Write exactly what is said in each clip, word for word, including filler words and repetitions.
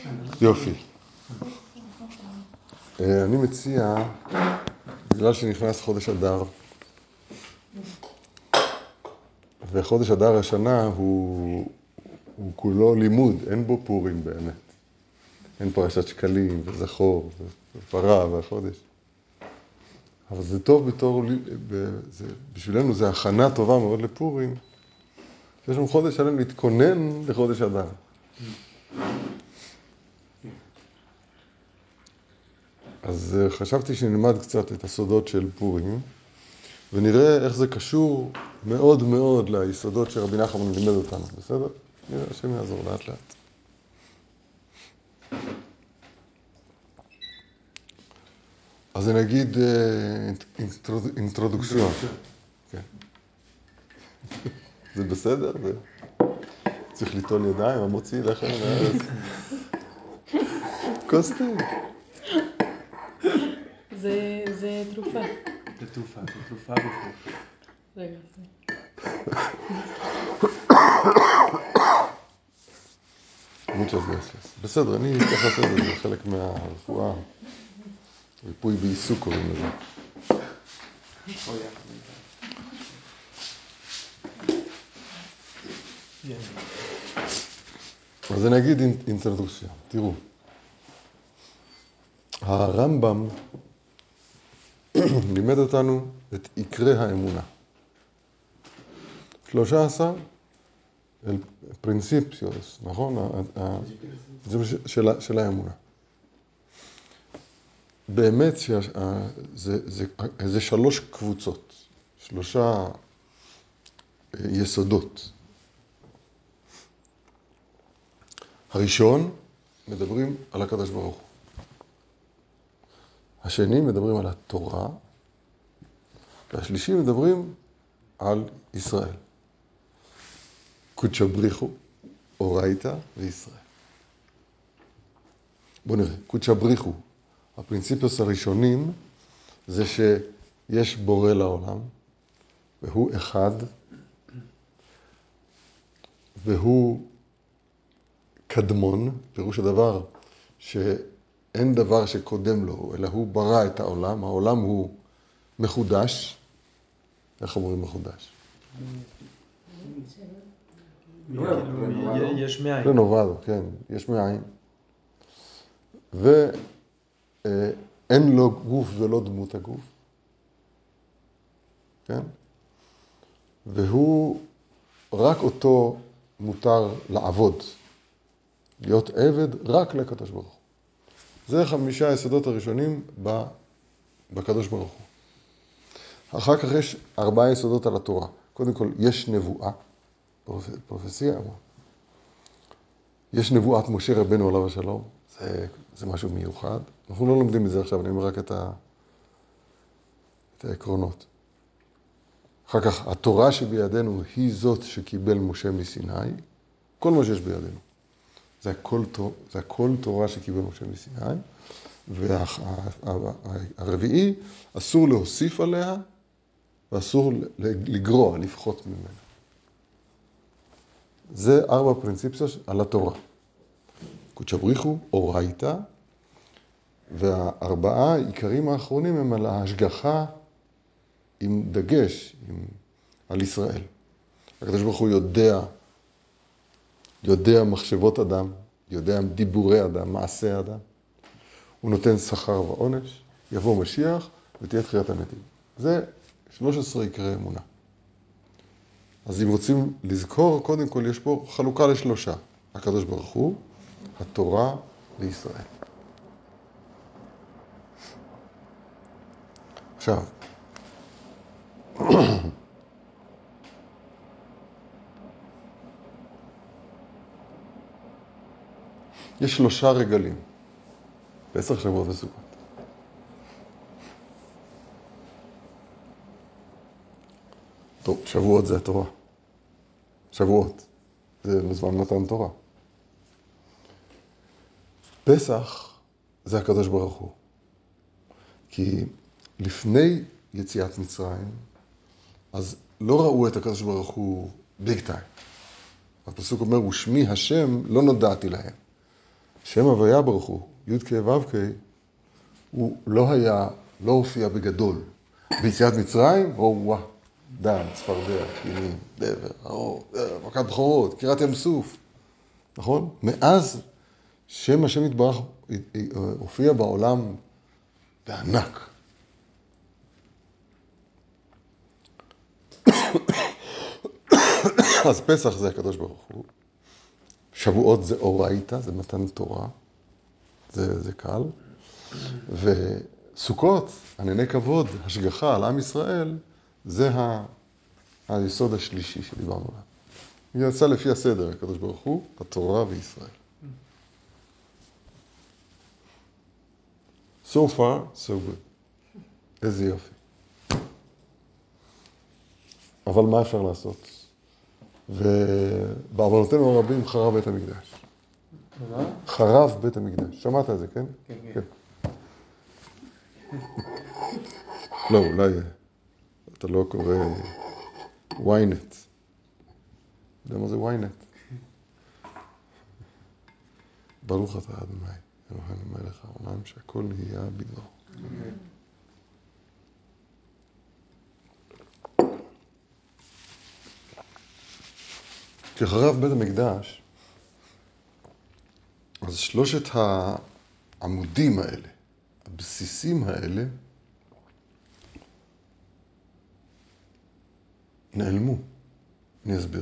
יופי. אני מציע, בגלל שנכנס חודש אדר, וחודש אדר השנה הוא, הוא כולו לימוד, אין בו פורים באמת. אין פרשת שקלים וזכור ופרה והחודש. אבל זה טוב בתור, זה, בשבילנו זה הכנה טובה מאוד לפורים. יש לנו חודש שלם להתכונן לחודש אדר. אז חשבתי שנלמד קצת את הסודות של פורים, ונראה איך זה קשור מאוד מאוד ליסודות שרבי נחמן לימד אותנו, בסדר? נראה, השם יעזור לאט לאט. אז אני אגיד אינטרודוקציון. כן. זה בסדר? צריך ליטול ידיים, המוציא לחם מהארץ. כוס תה. זה תרופה. זה תרופה, זה תרופה בפרוק. רגע, זה. muchas gracias. בסדר, אני אקח לתת את זה, חלק מהרפואה. ריפוי בעיסוק קוראים לזה. אז אני אגיד אינטרדוקציה. תראו, הרמב"ם לימד אותנו את עיקרי האמונה. שלושה עשר פרינציפיוס, נכון? זה של, של האמונה. באמת שזה, זה, זה שלוש קבוצות, שלושה יסודות. הראשון, מדברים על הקדוש ברוך הוא. השני, מדברים על התורה. והשלישי, מדברים על ישראל. קודשא בריחו, אורייתא וישראל. בואו נראה, קודשא בריחו. הפרינציפוס הראשונים זה שיש בורא לעולם, והוא אחד, והוא קדמון, פירוש הדבר שאין דבר שקודם לו, אלא הוא ברא את העולם, העולם הוא מחודש. איך אומרים מחודש? יש מאין. רנובדו, כן, יש מאין. ואין לו גוף ולא דמות הגוף. כן? והוא, רק אותו מותר לעבוד, להיות עבד רק לקדוש ברוך הוא. זה חמישה היסודות הראשונים בקדוש ברוך הוא. אחר כך יש ארבעה יסודות על התורה. קודם כל, יש נבואה, פרופסיה. יש נבואת משה רבנו עליו השלום. זה, זה משהו מיוחד. אנחנו לא לומדים את זה עכשיו, אני אומר רק את, ה, את העקרונות. אחר כך, התורה שבידינו היא זאת שקיבל משה מסיני. כל מה שיש בידינו. זה הכל, זה הכל תורה שקיבל משה מסיני. והרביעי, אסור להוסיף עליה, ואסור לגרוע, לפחות ממנה. זה ארבע פרינציפיות על התורה. קודשא בריחו, אורייתא, והארבעה העיקרים האחרונים הם על ההשגחה עם דגש, עם, על ישראל. הקדוש ברוך הוא יודע, יודע מחשבות אדם, יודע דיבורי אדם, מעשה אדם. הוא נותן שכר ועונש, יבוא משיח ותהיה תחיית המתים. זה שלוש עשרה עיקרי אמונה. אז אם רוצים לזכור, קודם כל יש פה חלוקה לשלושה. הקדוש ברוך הוא, התורה וישראל. עכשיו, יש שלושה רגלים, בעשר שבועות וסוכות. טוב, שבועות זה התורה. שבועות. זה מזמן מתן תורה. פסח זה הקדוש ברוך הוא. כי לפני יציאת מצרים, אז לא ראו את הקדוש ברוך הוא ביג טיים. הפסוק אומר, ושמי השם לא נודעתי להם. שם הוויה ברוך הוא, י' כ' ו' כ', הוא לא היה, לא הופיע בגדול. ביציאת מצרים, או וואה, דן, צפרדע, קינים, דבר, אור, מכת בכורות, קירת ים סוף. נכון? מאז שם השם יתברך הופיע בעולם בענק. אז פסח זה הקדוש ברוך הוא. שבועות זה אורייתא, זה מתן תורה. זה, זה קל. וסוכות, ענני כבוד, השגחה על עם ישראל, זה ה... היסוד השלישי שדיברנו עליו. היא יצאה לפי הסדר, הקדוש ברוך הוא, התורה וישראל. So far, so good. איזה יופי. אבל מה אפשר לעשות? ובעוונותינו הרבים חרב בית המקדש. מה? חרב בית המקדש. שמעת על זה, כן? כן, כן. לא, אולי אתה לא קורא ynet. אתה יודע מה זה ynet? ברוך אתה אדוני, אלוהינו מלך העולם, שהכל נהיה בדברו. כשחרב בית המקדש, אז שלושת העמודים האלה, הבסיסים האלה, נעלמו. אני אסביר.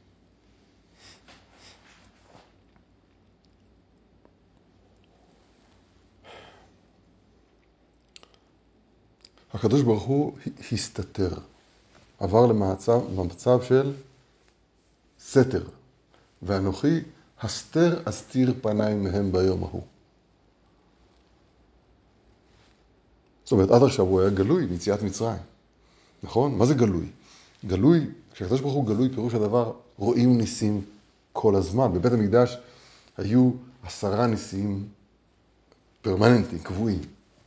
הקדוש ברוך הוא הסתתר, עבר למצב, למצב של סתר, ואנוכי הסתר אסתיר פניים מהם ביום ההוא. זאת אומרת, עד עכשיו הוא היה גלוי ביציאת מצרים. נכון? מה זה גלוי? גלוי, כשהקדוש ברוך הוא גלוי, פירוש הדבר, רואים ניסים כל הזמן. בבית המקדש היו עשרה ניסים פרמננטיים, קבועים.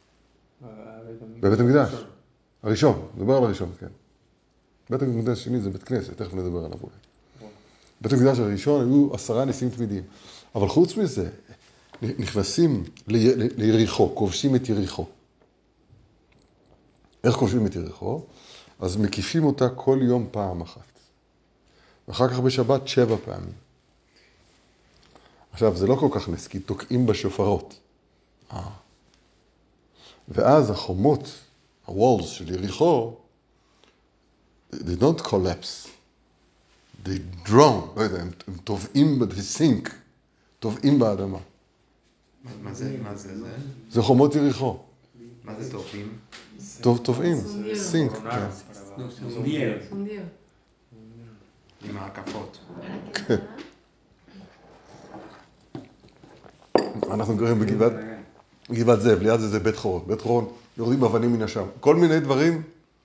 בבית המקדש. הראשון, נדבר על הראשון, כן. בית המקדש השני זה בית כנסת, תכף נדבר עליו אולי. בית המקדש הראשון היו עשרה ניסים תמידיים. אבל חוץ מזה, נכנסים ליריחו, כובשים את יריחו. איך כובשים את יריחו? אז מקיפים אותה כל יום פעם אחת. ואחר כך בשבת שבע פעמים. עכשיו, זה לא כל כך נס, כי תוקעים בשופרות. אה. ואז החומות, ה-walls של יריחו, they don't collapse. they drown, לא יודע, הם, הם טובעים, they sink, טובעים באדמה. מה זה, מה זה זה? זה חומות יריחו. מה זה טובעים? טובעים, sink. Hundieron. עם ההקפות. אנחנו גרים בגבעת, גבעת זאב, ליד זה זה בית חורון. בית חורון, יורדים אבנים מן השם. כל מיני דברים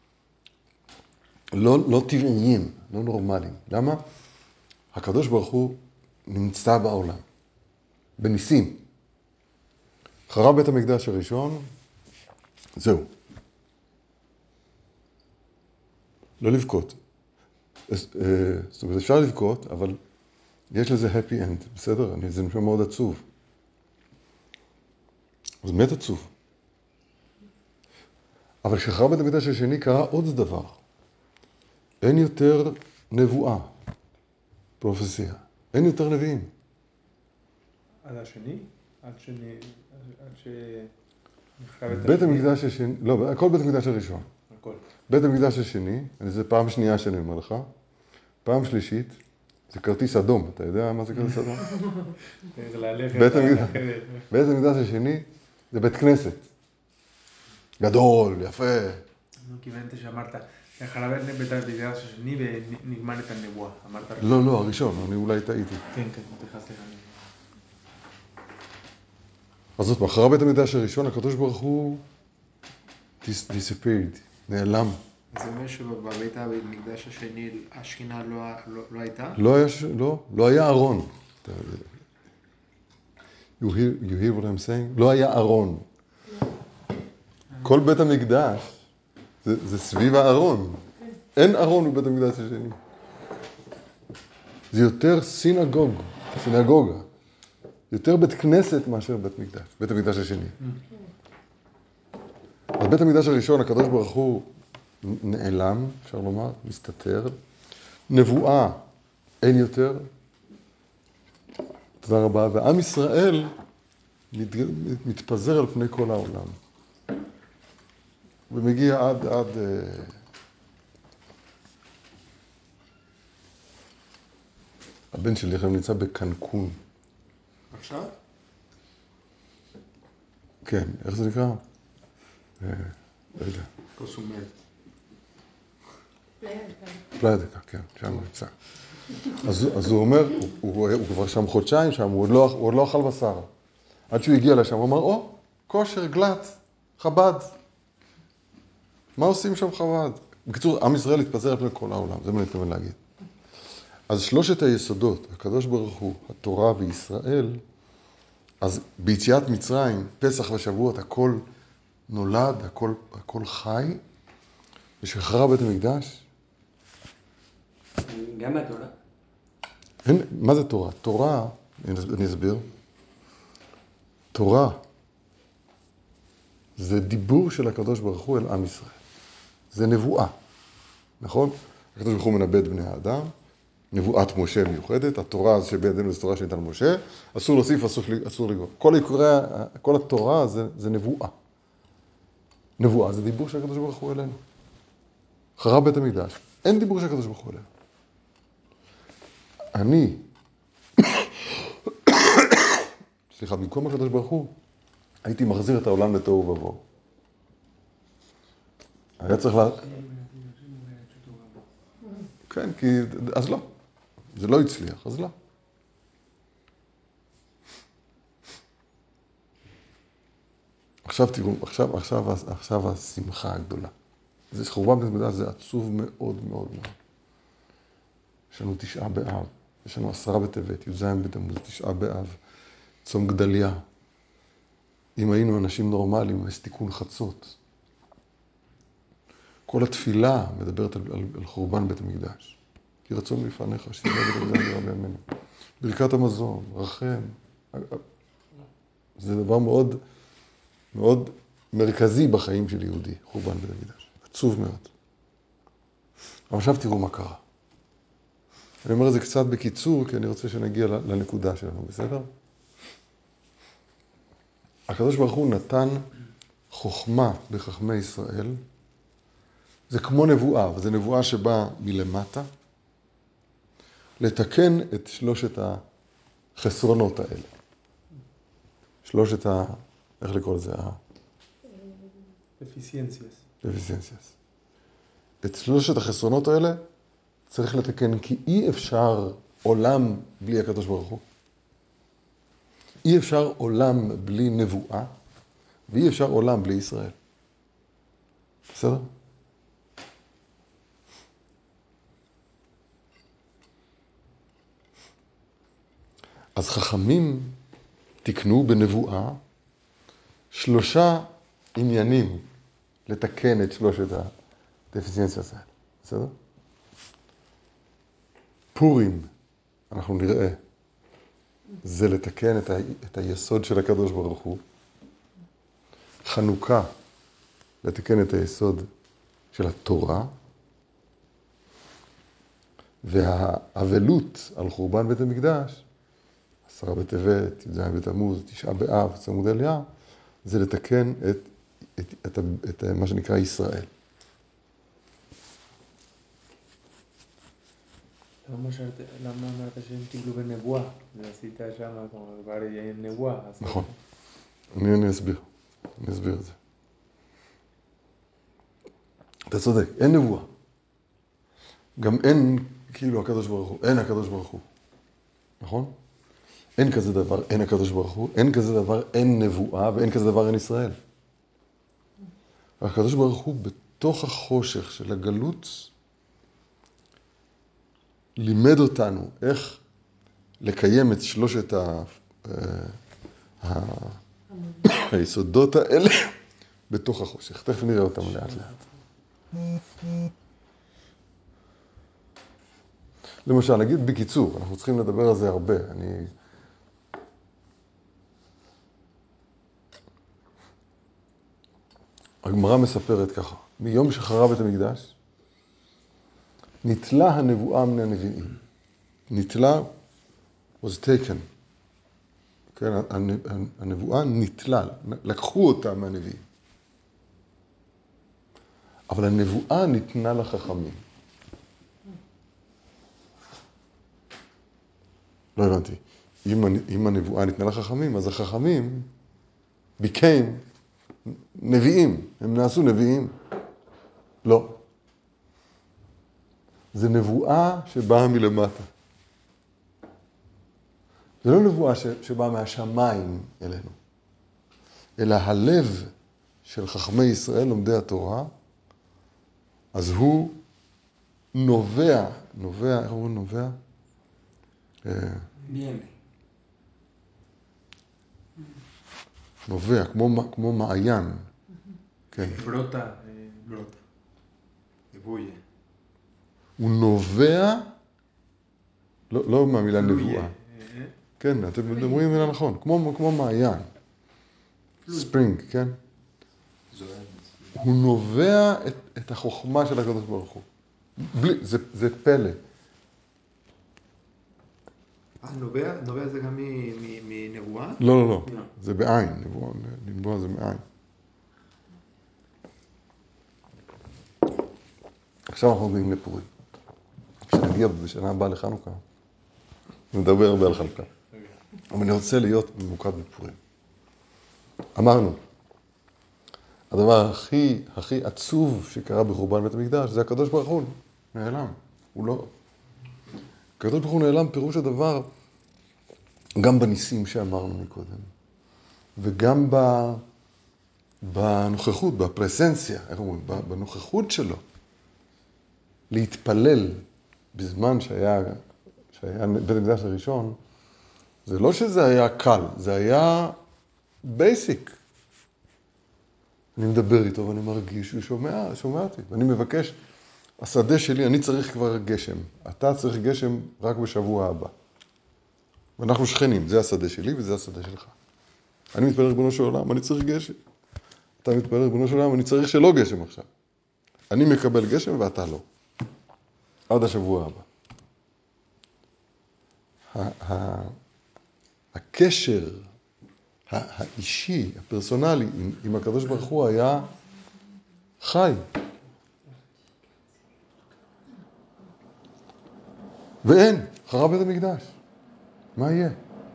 לא, לא טבעיים, לא נורמליים. למה? הקדוש ברוך הוא נמצא בעולם, בניסים. חרב בית המקדש הראשון, זהו. לא לבכות. זאת אומרת, אפשר לבכות, אבל יש לזה happy end, בסדר? אני, זה נשמע מאוד עצוב. זה באמת עצוב. אבל כשחרב בית המקדש השני קרה עוד דבר. אין יותר נבואה, פרופסיה. אין יותר נביאים. עד השני? עד שני... עד ש... בית המקדש השני, לא, הכל בית המקדש הראשון. הכל. בית המקדש השני, זה פעם שנייה שאני אומר לך, פעם שלישית, זה כרטיס אדום, אתה יודע מה זה כרטיס אדום? בית המקדש, בית המקדש השני זה בית כנסת. גדול, יפה. נו, כיוונתי שאמרת, שחרב בית המקדש השני ונגמר את הנבואה. אמרת... לא, לא, הראשון, אני אולי טעיתי. כן, כן, תכנס לך. אז זאת, אחרי בית המקדש הראשון, הקדוש ברוך הוא disappeared, נעלם. זה אומר שבבית המקדש השני השכינה לא, לא, לא הייתה? לא היה, לא, לא היה ארון. You hear, you hear what I'm saying? לא היה ארון. כל בית המקדש זה, זה סביב הארון. אין ארון בבית המקדש השני. זה יותר סינגוג, סינגוגה. יותר בית כנסת מאשר בית מקדש, בית המקדש השני. אז בית המקדש הראשון, הקדוש ברוך הוא נעלם, אפשר לומר, מסתתר. נבואה, אין יותר. תודה רבה. ועם ישראל מתפזר על פני כל העולם. ומגיע עד, עד... הבן שלי עכשיו נמצא בקנקון. עכשיו? כן, איך זה נקרא? לא יודע. קוסומל. פליידקה, כן, שם נמצא. אז, אז הוא אומר, הוא, הוא, הוא כבר שם חודשיים שם, הוא עוד, לא, הוא עוד לא אכל בשר. עד שהוא הגיע לשם, הוא אמר, או, כושר, גלת, חב"ד. מה עושים שם חב"ד? בקיצור, עם ישראל התפזר על פני כל העולם, זה מה אני מתכוון להגיד. אז שלושת היסודות, הקדוש ברוך הוא, התורה וישראל, אז ביציאת מצרים, פסח ושבועות, הכל נולד, הכל, הכל חי, ושחרר בית המקדש. גם התורה? אין, מה זה תורה? תורה, אני אסביר, תורה זה דיבור של הקדוש ברוך הוא אל עם ישראל. זה נבואה, נכון? הקדוש ברוך הוא מנבא את בני האדם, נבואת משה מיוחדת, התורה שבידינו זו תורה שניתן למשה, אסור להוסיף, אסור, אסור לגרוע. כל עיקרי, כל התורה זה, זה נבואה. נבואה זה דיבור של הקדוש ברוך הוא אלינו. חרב בית המקדש, אין דיבור של הקדוש ברוך הוא אלינו. אני, סליחה, במקום הקדוש ברוך הוא, הייתי מחזיר את העולם לתוהו ובוהו. היה צריך לה... כן, כי... אז לא. זה לא הצליח, אז לא. עכשיו תראו, עכשיו, עכשיו, עכשיו השמחה הגדולה. זה שחורבן בית המקדש, זה עצוב מאוד מאוד מאוד. יש לנו תשעה באב, יש לנו עשרה בטבת, י"ז בתמוז, תשעה באב, צום גדליה. אם היינו אנשים נורמליים, יש תיקון חצות. כל התפילה מדברת על, על, על חורבן בית המקדש. כי רצון לפניך, שיהיה בית המקדש נראה בימינו. ברכת המזון, רחם. זה דבר מאוד, מאוד מרכזי בחיים של יהודי, חורבן בית המקדש. עצוב מאוד. אבל עכשיו תראו מה קרה. אני אומר את זה קצת בקיצור, כי אני רוצה שנגיע לנקודה שלנו, בסדר? הקדוש ברוך הוא נתן חוכמה בחכמי ישראל. זה כמו נבואה, וזו נבואה שבאה מלמטה, לתקן את שלושת החסרונות האלה. שלושת ה... איך לקרוא לזה? Deficiencias. דפיציינסיאס. את שלושת החסרונות האלה צריך לתקן, כי אי אפשר עולם בלי הקדוש ברוך הוא. אי אפשר עולם בלי נבואה, ואי אפשר עולם בלי ישראל. בסדר? אז חכמים תקנו בנבואה שלושה עניינים לתקן את שלושת הדפיציינציות האלה. בסדר? פורים, אנחנו נראה, זה לתקן את, ה, את היסוד של הקדוש ברוך הוא. חנוכה, לתקן את היסוד של התורה. והאבלות על חורבן בית המקדש, עשרה בטבת, י"ז בתמוז, תשעה באב, צום גדליה, זה לתקן את, את, את, את, את מה שנקרא ישראל. למה אמרת שהם קיבלו בנבואה? ועשית שם כמו כבר יהיה נבואה. נכון. אני, אני אסביר. אני אסביר את זה. אתה צודק, אין נבואה. גם אין, כאילו, הקדוש ברוך הוא. אין הקדוש ברוך הוא. נכון? אין כזה דבר, אין הקדוש ברוך הוא. אין כזה דבר, אין נבואה, ואין כזה דבר, אין ישראל. הקדוש ברוך הוא בתוך החושך של הגלות, לימד אותנו איך לקיים את שלושת ה... ה... היסודות האלה בתוך החושך. תכף נראה אותם לאט לאט. למשל, נגיד בקיצור, אנחנו צריכים לדבר על זה הרבה. אני... הגמרא מספרת ככה, מיום שחרב את המקדש, נטלה הנבואה מן הנביאים. נטלה was taken. כן, הנבואה נטלה, לקחו אותה מהנביאים. אבל הנבואה ניתנה לחכמים. לא הבנתי. אם, אם הנבואה ניתנה לחכמים, אז החכמים became נביאים. הם נעשו נביאים. לא. זה נבואה שבאה מלמטה. זה לא נבואה שבאה מהשמיים אלינו, אלא הלב של חכמי ישראל, לומדי התורה, אז הוא נובע, נובע, איך אומרים נובע? נובע, כמו, כמו מעיין. כן. ברוטה. ברוטה. אבויה. הוא נובע, לא, לא מהמילה פלויה. נבואה. כן, אתם מדברים מילה נכון, כמו, כמו מעיין. ספרינג, כן? הוא נובע את, את החוכמה של הקדוש ברוך הוא. בלי, זה, זה פלא. נובע, נובע זה גם מנבואה? לא, לא, לא. זה בעין. נבואה, נבואה זה מעין. עכשיו אנחנו מגיעים לפורים. כשנגיע בשנה הבאה לחנוכה, נדבר הרבה על חנוכה. אבל אני רוצה להיות ממוקד בפורים. אמרנו, הדבר הכי, הכי עצוב שקרה בחורבן בית המקדש, זה הקדוש ברוך הוא נעלם. הוא לא... הקדוש ברוך הוא נעלם, פירוש הדבר, גם בניסים שאמרנו מקודם, וגם ב... בנוכחות, בפרסנציה, איך אומרים? בנוכחות שלו. להתפלל בזמן שהיה, שהיה בית המקדש הראשון, זה לא שזה היה קל, זה היה בייסיק. אני מדבר איתו ואני מרגיש שהוא שומע, שומע אותי. ואני מבקש, השדה שלי, אני צריך כבר גשם. אתה צריך גשם רק בשבוע הבא. ואנחנו שכנים, זה השדה שלי וזה השדה שלך. אני מתפלל ריבונו של עולם, אני צריך גשם. אתה מתפלל ריבונו של עולם, אני צריך שלא גשם עכשיו. אני מקבל גשם ואתה לא. עד השבוע הבא. הקשר האישי, הפרסונלי, עם, עם הקדוש ברוך הוא היה חי. ואין, חרב בית המקדש. מה יהיה?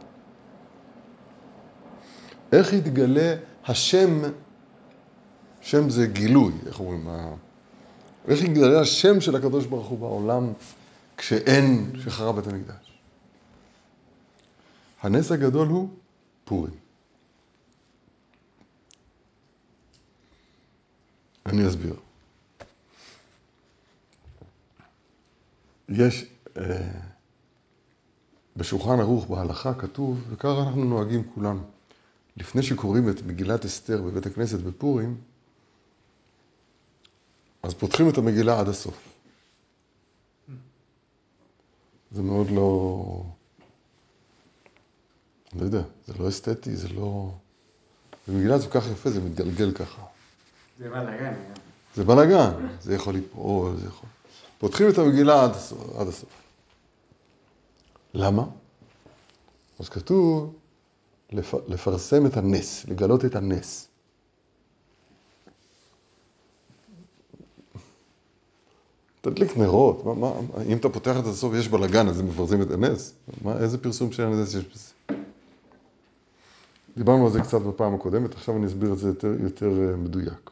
איך יתגלה השם, שם זה גילוי, איך אומרים? איך יתגלה השם של הקדוש ברוך הוא בעולם כשאין שחרב בית המקדש? הנס הגדול הוא פורים. אני אסביר. יש, אה, בשולחן ערוך בהלכה כתוב, וככה אנחנו נוהגים כולנו. לפני שקוראים את מגילת אסתר בבית הכנסת בפורים, אז פותחים את המגילה עד הסוף. זה מאוד לא... אני לא יודע, זה לא אסתטי, זה לא... במגילה זה כל כך יפה, זה מתגלגל ככה. זה בלגן. זה בלגן, זה יכול ליפול, זה יכול... פותחים את המגילה עד הסוף. עד הסוף. למה? אז כתוב לפ... לפרסם את הנס, לגלות את הנס. תדליק נרות, מה, מה, אם אתה פותח את הסוף יש בלגן, אז זה מפרסם את הנס. מה, איזה פרסום של הנס יש בזה? דיברנו על זה קצת בפעם הקודמת, עכשיו אני אסביר את זה יותר, יותר מדויק.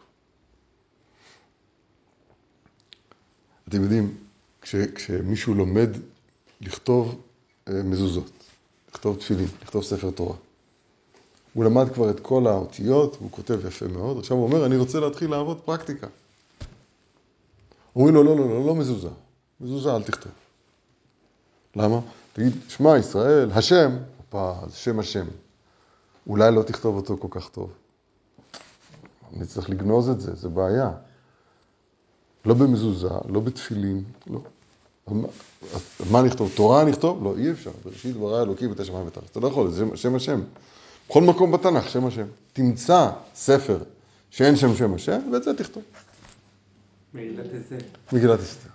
אתם יודעים, כש, כשמישהו לומד לכתוב מזוזות, לכתוב תפילין, לכתוב ספר תורה, הוא למד כבר את כל האותיות, הוא כותב יפה מאוד, עכשיו הוא אומר, אני רוצה להתחיל לעבוד פרקטיקה. אומרים לו, לא, לא, לא, לא מזוזה. מזוזה אל תכתוב. למה? תגיד, שמע ישראל, השם, זה שם השם. אולי לא תכתוב אותו כל כך טוב. אני צריך לגנוז את זה, זה בעיה. לא במזוזה, לא בתפילין, לא. מה, מה נכתוב? תורה נכתוב? לא, אי אפשר. בראשית ברא אלוקים את השמיים ואת הארץ. אתה לא יכול, זה שם, שם השם. בכל מקום בתנ"ך, שם השם. תמצא ספר שאין שם שם השם, ואת זה תכתוב. מגילת אסתר. מגילת אסתר.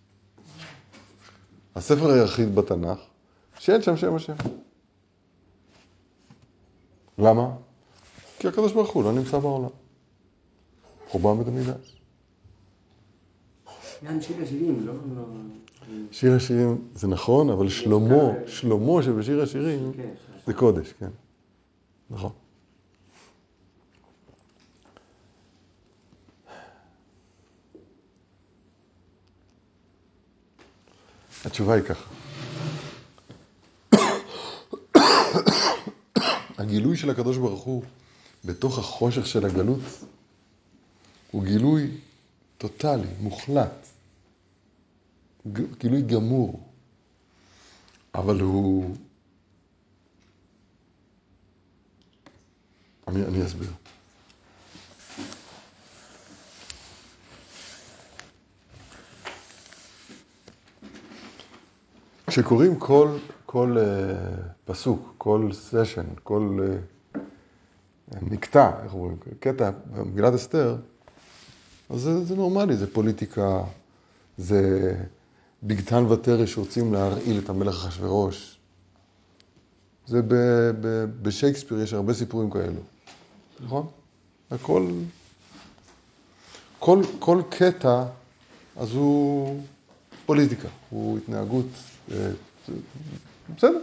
הספר היחיד בתנ"ך, שאין שם שם השם. למה? כי הקדוש ברוך הוא לא נמצא בעולם. חורבן בית המקדש. גם שיר השירים, לא? שיר השירים זה נכון, אבל שלמה, שלמה שבשיר השירים זה קודש, כן. נכון. התשובה היא ככה. הגילוי של הקדוש ברוך הוא בתוך החושך של הגלות הוא גילוי טוטלי, מוחלט. גילוי גמור. אבל הוא... אני, אני אסביר. כשקוראים כל, כל uh, פסוק, כל סשן, כל uh, מקטע, איך אומרים, קטע במגילת אסתר, אז זה, זה נורמלי, זה פוליטיקה, זה בגתן ותרש שרוצים להרעיל את המלך אחשוורוש. זה ב, ב, בשייקספיר יש הרבה סיפורים כאלו, נכון? הכל, כל, כל קטע, אז הוא פוליטיקה, הוא התנהגות, בסדר.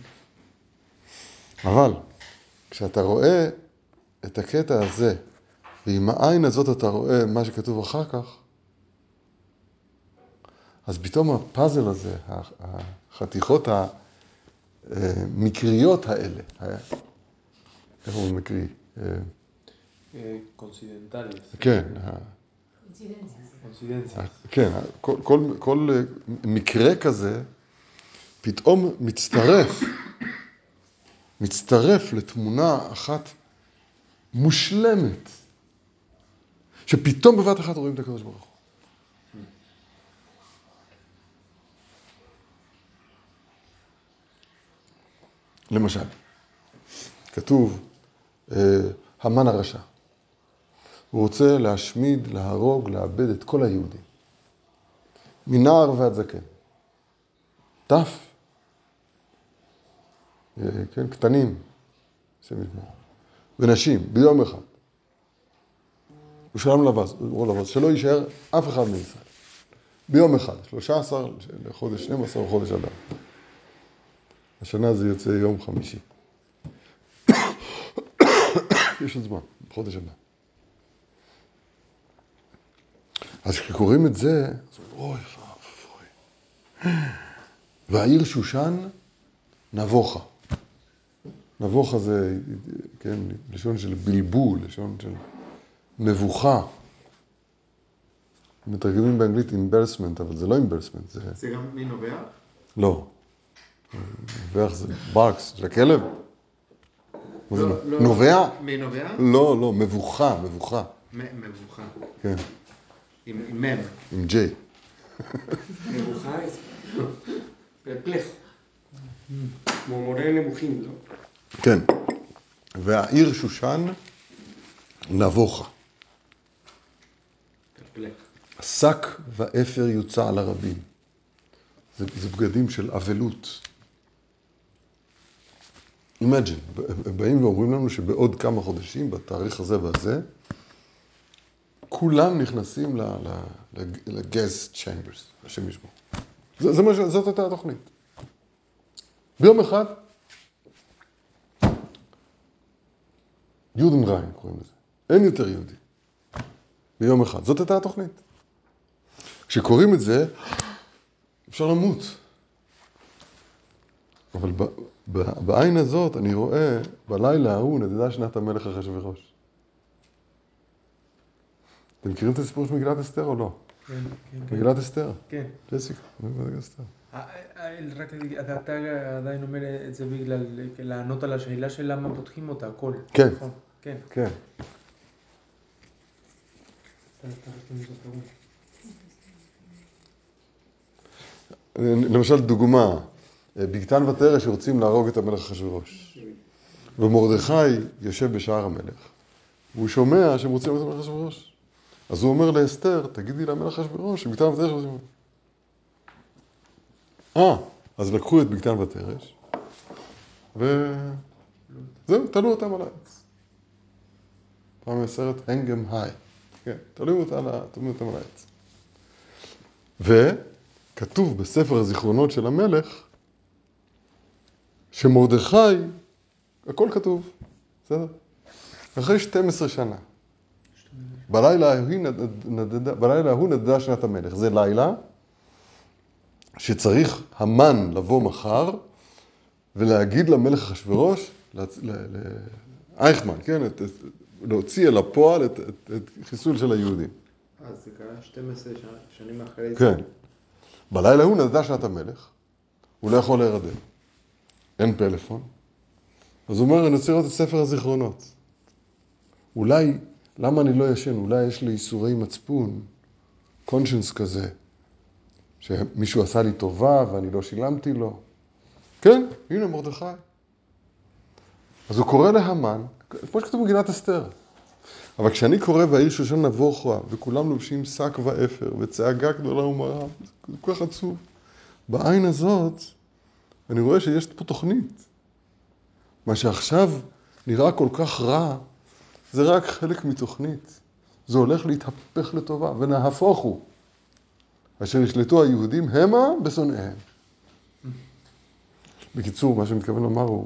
אבל כשאתה רואה את הקטע הזה, ועם העין הזאת אתה רואה מה שכתוב אחר כך, אז פתאום הפאזל הזה, החתיכות המקריות האלה, איך הוא מקרי? קונסידנטליות. כן. קונסידנציה. כן, כל, כל, כל מקרה כזה פתאום מצטרף, מצטרף לתמונה אחת מושלמת, שפתאום בבת אחת רואים את הקדוש ברוך הוא. למשל, כתוב, המן הרשע. הוא רוצה להשמיד, להרוג, לאבד את כל היהודים. מנער ועד זקן. טף. כן, קטנים. ונשים, ביום אחד. הוא שלם לבז, הוא לבז, שלא יישאר אף אחד מישראל. ביום אחד, שלושה עשר לחודש, שנים עשר לחודש אדם. השנה זה יוצא יום חמישי. יש עוד זמן, בחודש הבא. אז כשקוראים את זה, אז אוי, אוי. והעיר שושן נבוכה. נבוכה זה, כן, לשון של בלבול, לשון של מבוכה. מתרגמים באנגלית embarrassment, אבל זה לא embarrassment. זה, זה גם מי נובח? לא. נובח זה ברקס, של הכלב. מה זה לא, לא. נובע? מי נובח? לא, לא, מבוכה, מבוכה. מבוכה. כן. עם עם מם. עם ג'יי. מבוכה, פרפלך. כמו מורה נבוכים, לא? כן. והעיר שושן נבוכה. פרפלך. שק ואפר יוצא על הרבים. זה, זה בגדים של אבלות. Imagine, באים ואומרים לנו שבעוד כמה חודשים, בתאריך הזה והזה, כולם נכנסים לגז צ'יימברס, השם ישמור. זה, זה מה ש... זאת הייתה התוכנית. ביום אחד, יודן ריין קוראים לזה. אין יותר יהודי. ביום אחד. זאת הייתה התוכנית. כשקוראים את זה, אפשר למות. אבל ב, ב, בעין הזאת אני רואה, בלילה ההוא נדדה שנת המלך אחשוורוש. אתם מכירים את הסיפור של מגילת אסתר או לא? כן, כן, כן. מגילת אסתר. כן. ג'סיקה, מגילת אסתר. רק אתה עדיין אומר את זה בגלל לענות על השאלה של למה פותחים אותה, הכל. כן. נכון, כן. כן. למשל דוגמה, בגתן ותרש שרוצים להרוג את המלך אחשוורוש. ומרדכי יושב בשער המלך, והוא שומע שהם רוצים את המלך אחשוורוש. אז הוא אומר לאסתר, תגידי למלך אחשוורוש, שבגתן ותרש רוצים. אה, אז לקחו את בגתן ותרש, וזהו, תלו אותם על העץ. פעם הסרט הנגם היי. כן, תלו אותם על העץ. וכתוב בספר הזיכרונות של המלך, שמרדכי, הכל כתוב, בסדר? אחרי שתים עשרה שנה. בלילה ההוא נדדה, בלילה ההוא נדדה שנת המלך. זה לילה שצריך המן לבוא מחר ולהגיד למלך אחשוורוש, אייכמן, כן? את, את, להוציא אל הפועל את, את, את חיסול של היהודים. אז זה קרה שתים עשרה שנים אחרי זה. כן. בלילה ההוא נדדה שנת המלך, הוא לא יכול להירדם. אין פלאפון. אז הוא אומר, אני רוצה לראות את ספר הזיכרונות. אולי, למה אני לא ישן? אולי יש לי איסורי מצפון, קונשנס כזה, שמישהו עשה לי טובה ואני לא שילמתי לו. כן, הנה מרדכי. אז הוא קורא להמן, כמו שכתוב במגילת אסתר. אבל כשאני קורא והעיר שושן נבוכה, וכולם לובשים שק ואפר, וצעקה גדולה ומרה, זה כל כך עצוב. בעין הזאת, אני רואה שיש פה תוכנית. מה שעכשיו נראה כל כך רע, זה רק חלק מתוכנית. זה הולך להתהפך לטובה, ונהפוך הוא. אשר ישלטו היהודים המה בשונאיהם. בקיצור, מה שמתכוון לומר הוא,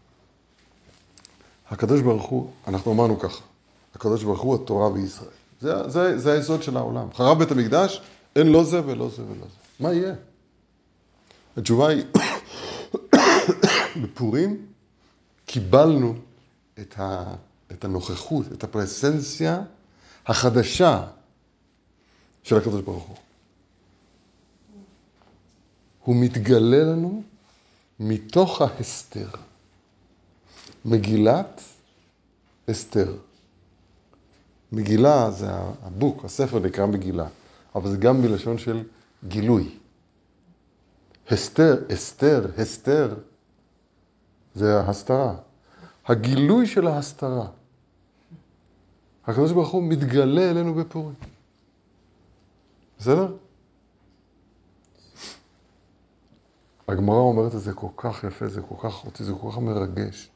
הקדוש ברוך הוא, אנחנו אמרנו ככה, הקדוש ברוך הוא התורה בישראל. זה, זה, זה היסוד של העולם. חרב בית המקדש, אין לא זה ולא זה ולא זה. מה יהיה? התשובה היא, בפורים קיבלנו את, ה, את הנוכחות, את הפרסנסיה החדשה של הקדוש ברוך הוא. הוא מתגלה לנו מתוך ההסתר. מגילת אסתר. מגילה זה הבוק, הספר נקרא מגילה, אבל זה גם מלשון של גילוי. הסתר, אסתר, הסתר, זה ההסתרה. הגילוי של ההסתרה. הקדוש ברוך הוא מתגלה אלינו בפורים. בסדר? הגמרא אומרת את זה כל כך יפה, זה כל כך אותי, זה כל כך מרגש.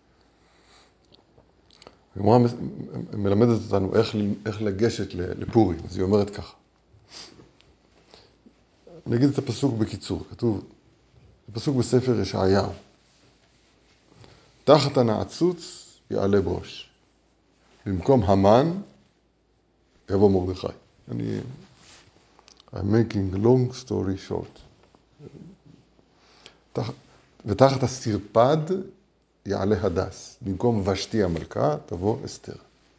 הגמרא מלמדת אותנו איך, איך לגשת לפורים, אז היא אומרת ככה. נגיד את הפסוק בקיצור, כתוב, הפסוק בספר ישעיהו. תחת הנעצוץ יעלה בראש. במקום המן יבוא מרדכי. אני, I'm making long story short. תח, ותחת הסרפד יעלה הדס. במקום ושתי המלכה תבוא אסתר.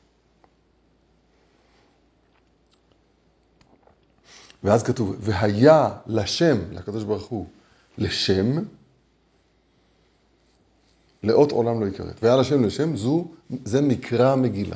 ואז כתוב, והיה לשם, לקדוש ברוך הוא, לשם, לאות עולם לא יקראת. והיה לשם לשם, זו, זה מקרא מגילה.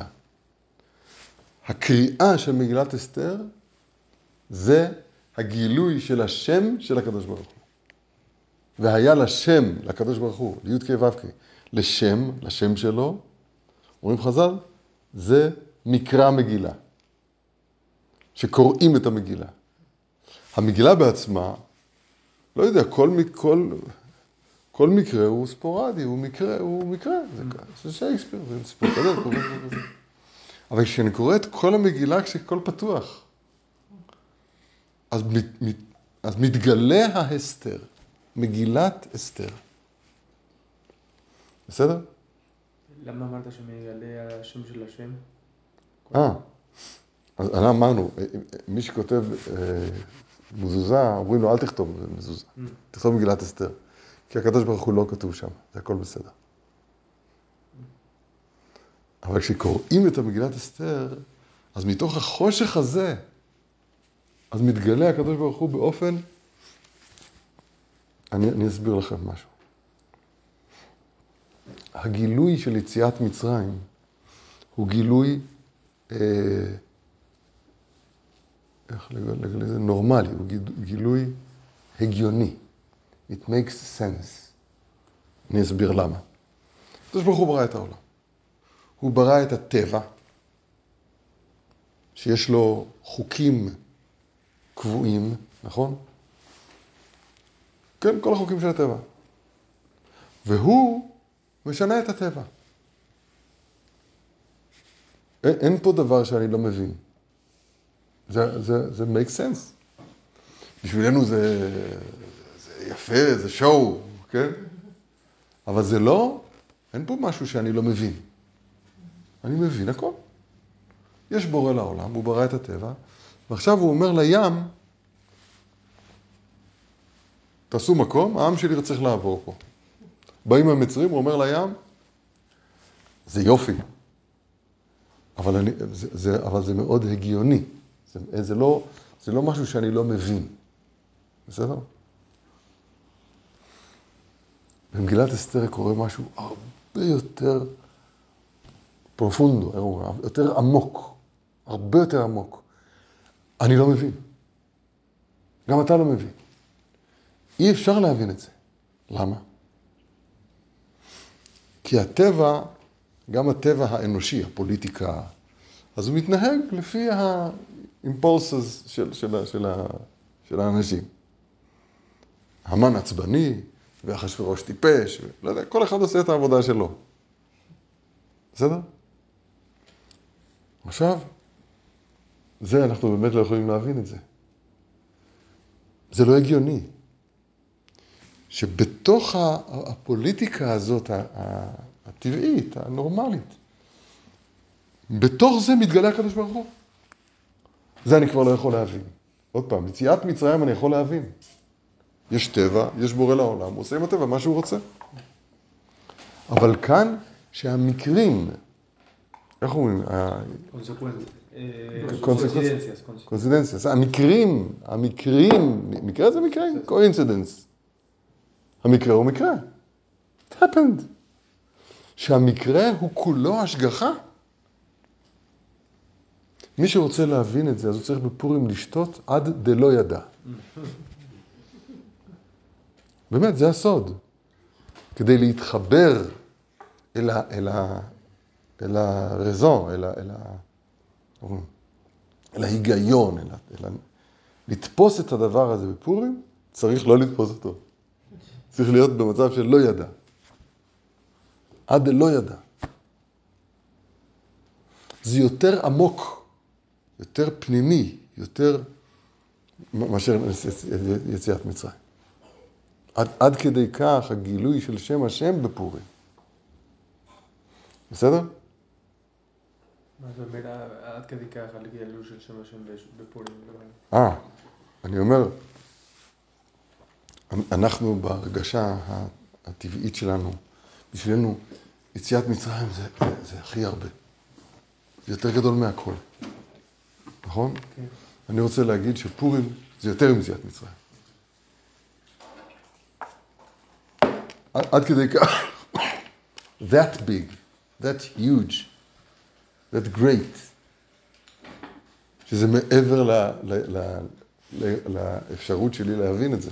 הקריאה של מגילת אסתר, זה הגילוי של השם של הקדוש ברוך הוא. והיה לשם, לקדוש ברוך הוא, ליוד קי וו קי, לשם, לשם שלו, אומרים חז"ל, זה מקרא מגילה. שקוראים את המגילה. המגילה בעצמה, לא יודע, כל, כל, כל מקרה הוא ספורדי, הוא מקרה, הוא מקרה, זה, זה שייקספיר, זה סיפור כזה, כזה, כזה. אבל כשאני קורא את כל המגילה כשכל פתוח, אז, מת, מת, אז מתגלה ההסתר, מגילת אסתר. בסדר? למה אמרת שמגלה השם של השם? אה, אז אמרנו, מי שכותב מזוזה, אומרים לו, אל תכתוב מזוזה, תכתוב מגילת אסתר. כי הקדוש ברוך הוא לא כתוב שם, זה הכל בסדר. אבל כשקוראים את המגילת אסתר, אז מתוך החושך הזה, אז מתגלה הקדוש ברוך הוא באופן, אני, אני אסביר לכם משהו. הגילוי של יציאת מצרים הוא גילוי, אה, איך לגלי זה? נורמלי, הוא גילוי הגיוני. It makes sense. אני אסביר למה. הקדוש ברוך הוא ברא את העולם. הוא ברא את הטבע, שיש לו חוקים קבועים, נכון? כן, כל החוקים של הטבע. והוא משנה את הטבע. אין, אין פה דבר שאני לא מבין. זה, זה, זה make sense. בשבילנו זה, זה יפה, זה שואו, כן? אבל זה לא, אין פה משהו שאני לא מבין. אני מבין הכל. יש בורא לעולם, הוא ברא את הטבע, ועכשיו הוא אומר לים, תעשו מקום, העם שלי צריך לעבור פה. באים המצרים, הוא אומר לים, זה יופי, אבל, אני, זה, זה, אבל זה מאוד הגיוני. זה, זה, לא, זה לא משהו שאני לא מבין. בסדר? במגילת אסתר קורה משהו הרבה יותר פרופונדו, יותר עמוק, הרבה יותר עמוק. אני לא מבין. גם אתה לא מבין. אי אפשר להבין את זה. למה? כי הטבע, גם הטבע האנושי, הפוליטיקה, אז הוא מתנהג לפי האימפולסס של, של, של, של האנשים. המן עצבני, ואחשוורוש טיפש, לא יודע, כל אחד עושה את העבודה שלו. בסדר? עכשיו, זה אנחנו באמת לא יכולים להבין את זה. זה לא הגיוני. שבתוך הפוליטיקה הזאת, הטבעית, הנורמלית, בתוך זה מתגלה הקדוש ברוך הוא. זה אני כבר לא יכול להבין. עוד פעם, יציאת מצרים אני יכול להבין. יש טבע, יש בורא לעולם, הוא עושה עם הטבע מה שהוא רוצה. אבל כאן, שהמקרים, איך אומרים? קונסידנציאס. קונסידנציאס. המקרים, המקרים, מקרה זה מקרה? קואינסידנס. המקרה הוא מקרה. It happened. שהמקרה הוא כולו השגחה. מי שרוצה להבין את זה, אז הוא צריך בפורים לשתות עד דלא ידע. באמת, זה הסוד. כדי להתחבר אל, ה, אל, ה, אל הרזון, אל, ה, אל, ה, אל ההיגיון, אל, אל, לתפוס את הדבר הזה בפורים, צריך לא לתפוס אותו. צריך להיות במצב של לא ידע. עד לא ידע. זה יותר עמוק, יותר פנימי, יותר מאשר יציאת מצרים. עד, עד כדי כך הגילוי של שם השם בפורים. בסדר? מה זה אומר עד כדי כך הגילוי של שם השם בפורים? אה, אני אומר, אנחנו בהרגשה הטבעית שלנו, בשבילנו יציאת מצרים זה, זה הכי הרבה. זה יותר גדול מהכל. נכון? כן. אני רוצה להגיד שפורים זה יותר מיציאת מצרים. עד, עד כדי כך, that big, that huge, that great, שזה מעבר ל, ל, ל, ל, לאפשרות שלי להבין את זה.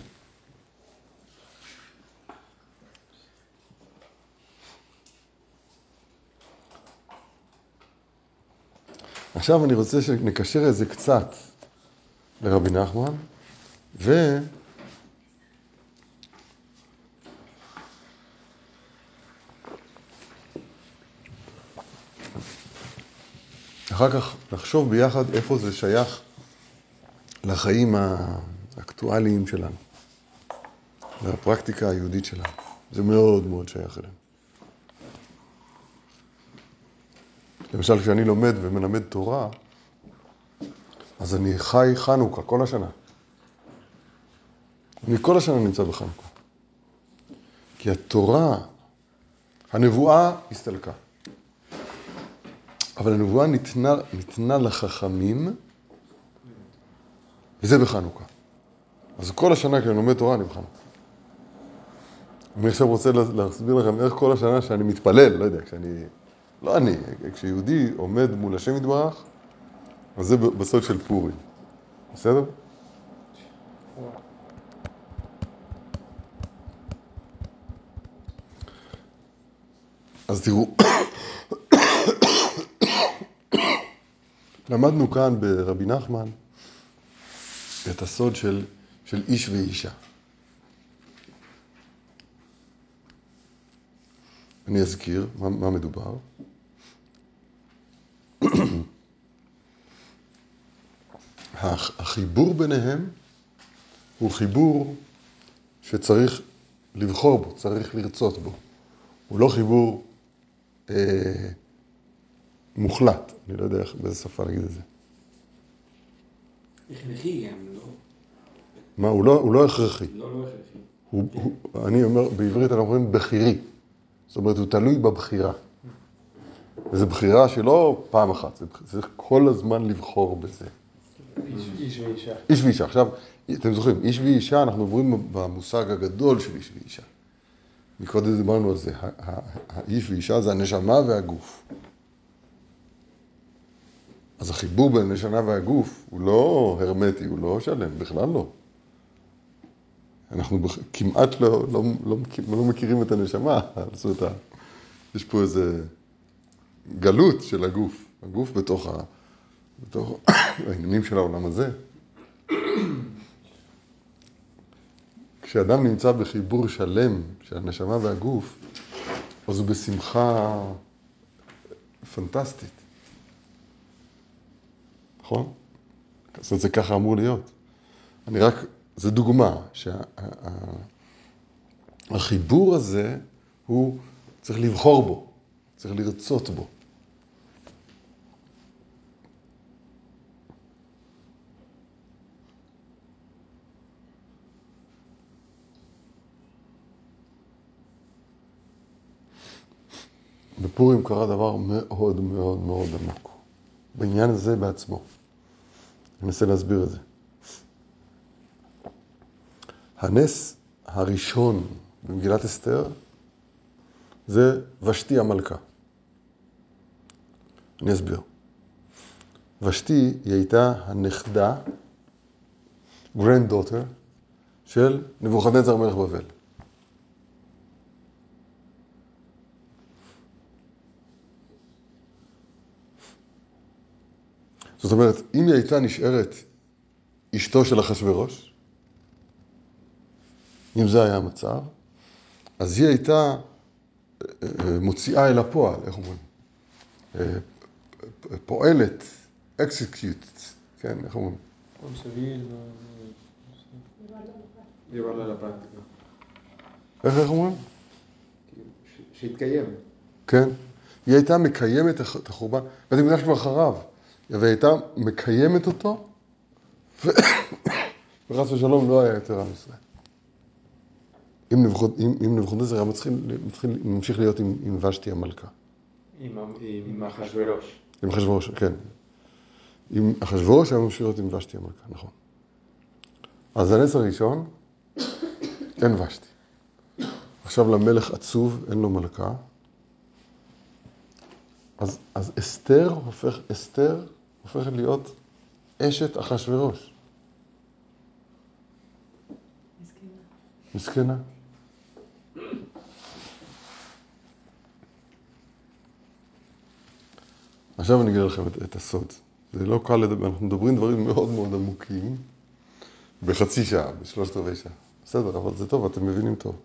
עכשיו אני רוצה שנקשר את זה קצת לרבי נחמן, ו... אחר כך נחשוב ביחד איפה זה שייך לחיים האקטואליים שלנו, לפרקטיקה היהודית שלנו. זה מאוד מאוד שייך אלינו. למשל, כשאני לומד ומלמד תורה, אז אני חי חנוכה כל השנה. אני כל השנה נמצא בחנוכה. כי התורה, הנבואה הסתלקה. אבל הנבואה ניתנה, ניתנה לחכמים, וזה בחנוכה. אז כל השנה כשאני לומד תורה, אני בחנוכה. אני עכשיו רוצה להסביר לכם איך כל השנה שאני מתפלל, לא יודע, כשאני... לא אני, כשיהודי עומד מול השם יתברך, אז זה בסוד של פורים. בסדר? אז תראו, למדנו כאן ברבי נחמן את הסוד של, של איש ואישה. אני אזכיר מה, מה מדובר. החיבור ביניהם הוא חיבור שצריך לבחור בו, צריך לרצות בו. הוא לא חיבור אה, מוחלט, אני לא יודע איך, באיזה שפה להגיד את זה. הכרחי גם, לא? מה, הוא לא, הוא לא הכרחי. לא, לא הכרחי. הוא, הוא, אני אומר, בעברית אנחנו אומרים בחירי. זאת אומרת, הוא תלוי בבחירה. וזו בחירה שלא פעם אחת, זה, זה כל הזמן לבחור בזה. איש, איש ואישה. איש ואישה. עכשיו, אתם זוכרים, איש ואישה, אנחנו עוברים במושג הגדול של איש ואישה. מקודם דיברנו על זה. האיש ואישה זה הנשמה והגוף. אז החיבור בין הנשמה והגוף הוא לא הרמטי, הוא לא שלם, בכלל לא. אנחנו כמעט לא, לא, לא, לא מכירים את הנשמה. זאת אומרת, יש פה איזה גלות של הגוף. הגוף בתוך, ה, בתוך העניינים של העולם הזה. כשאדם נמצא בחיבור שלם של הנשמה והגוף, אז הוא בשמחה פנטסטית. נכון? זאת אומרת, זה ככה אמור להיות. אני רק, זו דוגמה שהחיבור הזה הוא צריך לבחור בו, צריך לרצות בו. בפורים קרה דבר מאוד מאוד מאוד עמוק. בעניין הזה בעצמו. אני אנסה להסביר את זה. הנס הראשון במגילת אסתר זה ושתי המלכה. אני אסביר. ושתי היא הייתה הנכדה, granddaughter, של נבוכדנצר מלך בבל. זאת אומרת, אם היא הייתה נשארת אשתו של אחשוורוש, אם זה היה המצב, אז היא הייתה מוציאה אל הפועל, איך אומרים? פועלת, execute, כן, איך אומרים? llevarla a la práctica. איך, איך אומרים? שיתקיים. כן. היא הייתה מקיימת את החורבן, וזה מקדש כבר חרב, והיא הייתה מקיימת אותו, וחס ושלום לא היה יותר עם ישראל. אם נבוכדנצר היה ממשיך להיות עם, עם ושתי המלכה. עם אחשוורוש. עם אחשוורוש, כן. עם אחשוורוש היה ממשיך להיות עם ושתי המלכה, נכון. אז הנס הראשון, אין ושתי. עכשיו למלך עצוב, אין לו מלכה. אז, אז אסתר הופך, אסתר הופכת להיות אשת אחשוורוש. מסכנה. מסכנה. עכשיו אני אגלה לכם את, את הסוד. זה לא קל לדבר, אנחנו מדברים דברים מאוד מאוד עמוקים, בחצי שעה, בשלושת רבעי שעה. בסדר, אבל זה טוב, אתם מבינים טוב.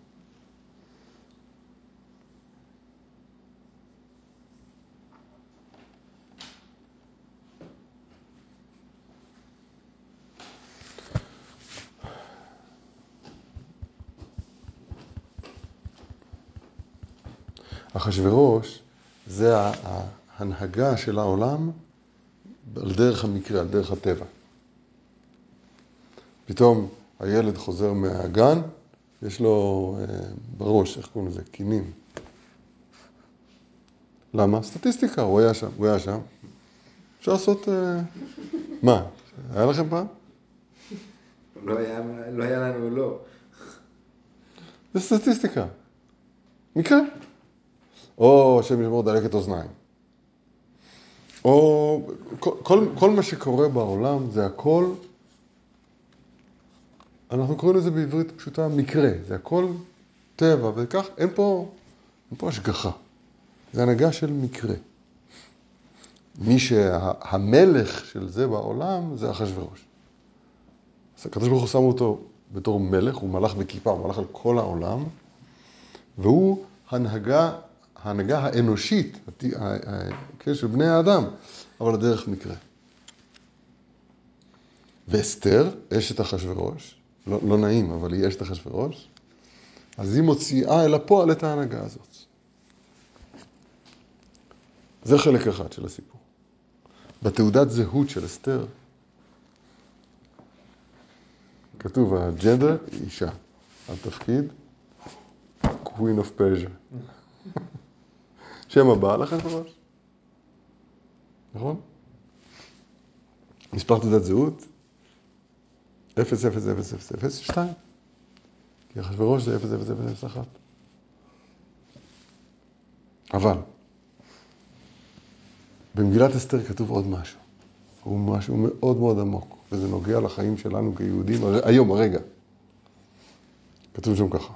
אחשוורוש זה ההנהגה של העולם על דרך המקרה, על דרך הטבע. פתאום הילד חוזר מהגן, יש לו אה, בראש, איך קוראים לזה? קינים. למה? סטטיסטיקה, הוא היה שם, הוא היה שם. אפשר לעשות... אה, מה? היה לכם פעם? לא היה, לא היה לנו לא. זה סטטיסטיקה. מקרה. או שהם ישמור דלקת אוזניים. או כל, כל, כל מה שקורה בעולם זה הכל, אנחנו קוראים לזה בעברית פשוטה מקרה, זה הכל טבע, וכך אין פה, אין פה השגחה. זה הנהגה של מקרה. מי שהמלך של זה בעולם זה אחשוורוש. אז הקדוש ברוך הוא שם אותו בתור מלך, הוא מלך בכיפה, הוא מלך על כל העולם, והוא הנהגה, ההנהגה האנושית, של בני האדם, אבל הדרך מקרה. ואסתר, אשת אחשוורוש, לא, לא נעים, אבל היא אשת אחשוורוש, אז היא מוציאה אל הפועל את ההנהגה הזאת. זה חלק אחד של הסיפור. בתעודת זהות של אסתר, כתוב הג'נדר, אישה. התפקיד, Queen of Persia. שם הבעל אחשוורוש. נכון? מספר תעודת זהות, אפס אפס אפס אפס אפס שתיים. כי אחשוורוש זה אפס אפס אפס אפס אחת. אבל, במגילת אסתר כתוב עוד משהו. הוא משהו מאוד מאוד עמוק, וזה נוגע לחיים שלנו כיהודים, היום, הרגע. כתוב שם ככה.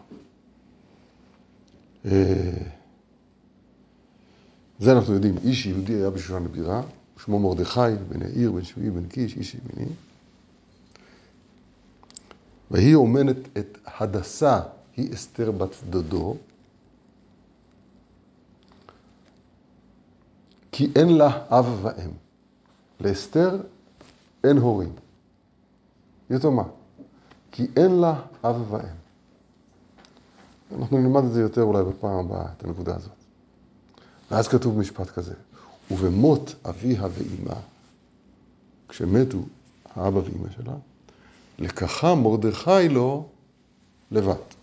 זה אנחנו יודעים, איש יהודי היה בשושן הבירה, שמו מרדכי, בן יאיר, בן שביעי, בן קיש, איש ימיני. והיא אומנת את הדסה, היא אסתר בת דודו, כי אין לה אב ואם. לאסתר אין הורים. יתומה. כי אין לה אב ואם. אנחנו נלמד את זה יותר אולי בפעם הבאה, את הנקודה הזאת. ואז כתוב משפט כזה, ובמות אביה ואימה, כשמתו האבא ואימא שלה, לקחה מרדכי לו לבת.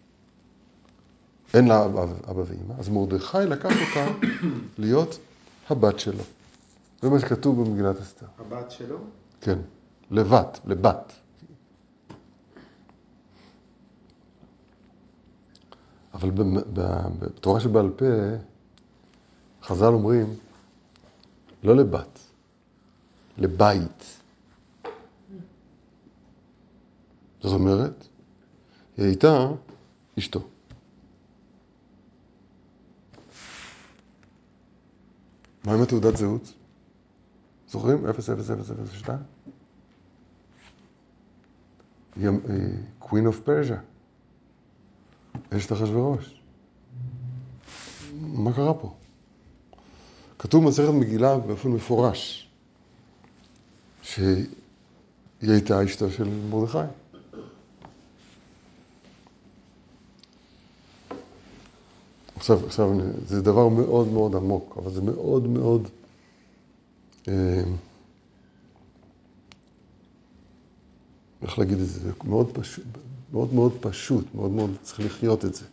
אין לה אבא, אבא ואימא, אז מרדכי לקח אותה להיות הבת שלו. זה מה שכתוב במגילת אסתר. הבת שלו? כן, לבת, לבת. אבל בתורה שבעל פה, חז"ל אומרים, לא לבת, לבית. זאת אומרת, היא הייתה אשתו. מה עם התעודת זהות? זוכרים? אפס אפס אפס אפס שתיים? היא Queen of Persia. אשת אחשוורוש. מה קרה פה? כתוב במסכת מגילה באופן מפורש, שהיא הייתה אשתו של מרדכי. עכשיו, עכשיו, זה דבר מאוד מאוד עמוק, אבל זה מאוד מאוד, אה, איך להגיד את זה? זה מאוד פשוט, מאוד מאוד פשוט, מאוד מאוד צריך לחיות את זה.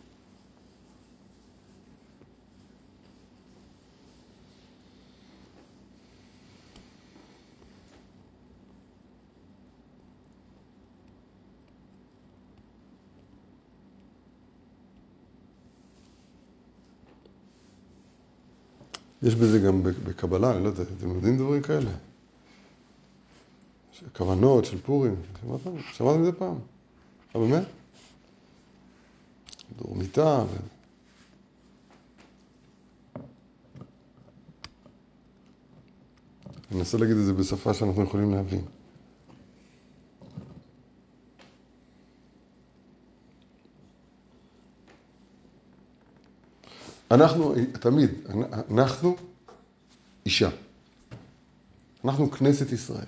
יש בזה גם בקבלה, אני לא יודע, אתם יודעים דברים כאלה? כוונות של פורים, שמעתם? שמעתם מזה פעם? אה, באמת? דורמיתה ו... אני אנסה להגיד את זה בשפה שאנחנו יכולים להבין. אנחנו, תמיד, אנחנו אישה. אנחנו כנסת ישראל.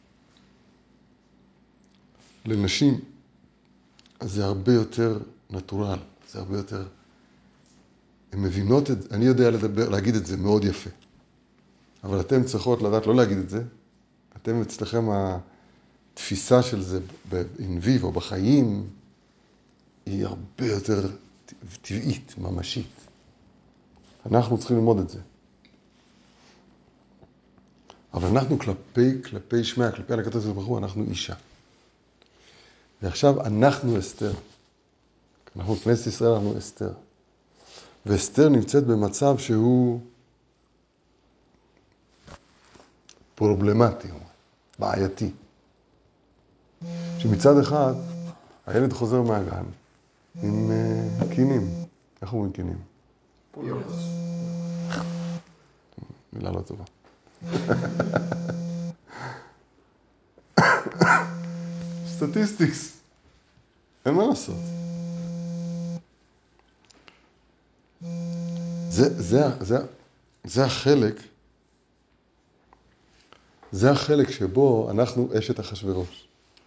לנשים, זה הרבה יותר נטורל, זה הרבה יותר... הן מבינות את זה, אני יודע לדבר, להגיד את זה מאוד יפה. אבל אתן צריכות לדעת לא להגיד את זה. אתם אצלכם התפיסה של זה in vivo, בחיים, היא הרבה יותר טבעית, ממשית. אנחנו צריכים ללמוד את זה. אבל אנחנו כלפי, כלפי שמע, כלפי הנהגת הקדוש ברוך הוא, אנחנו אישה. ועכשיו אנחנו אסתר. אנחנו כנסת ישראל, אנחנו אסתר. ואסתר נמצאת במצב שהוא פרובלמטי, בעייתי. שמצד אחד, הילד חוזר מהגן עם uh, קינים. איך אומרים קינים? פויוס. מילה לא טובה. סטטיסטיקס. אין מה לעשות. זה, זה, זה, זה החלק, זה החלק שבו אנחנו אשת אחשוורוש.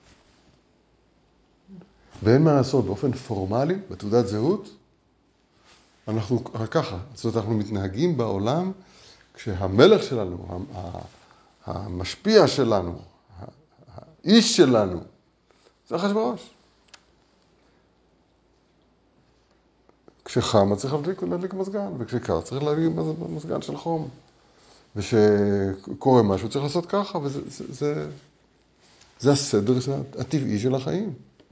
ואין מה לעשות, באופן פורמלי, בתעודת זהות, אנחנו ככה, זאת אומרת, אנחנו מתנהגים בעולם כשהמלך שלנו, המשפיע שלנו, האיש שלנו, זה אחשוורוש. כשחם צריך להדליק, להדליק מזגן, וכשקר צריך להדליק מזגן של חום. ושקורה משהו צריך לעשות ככה, וזה זה, זה, זה הסדר הטבעי של החיים.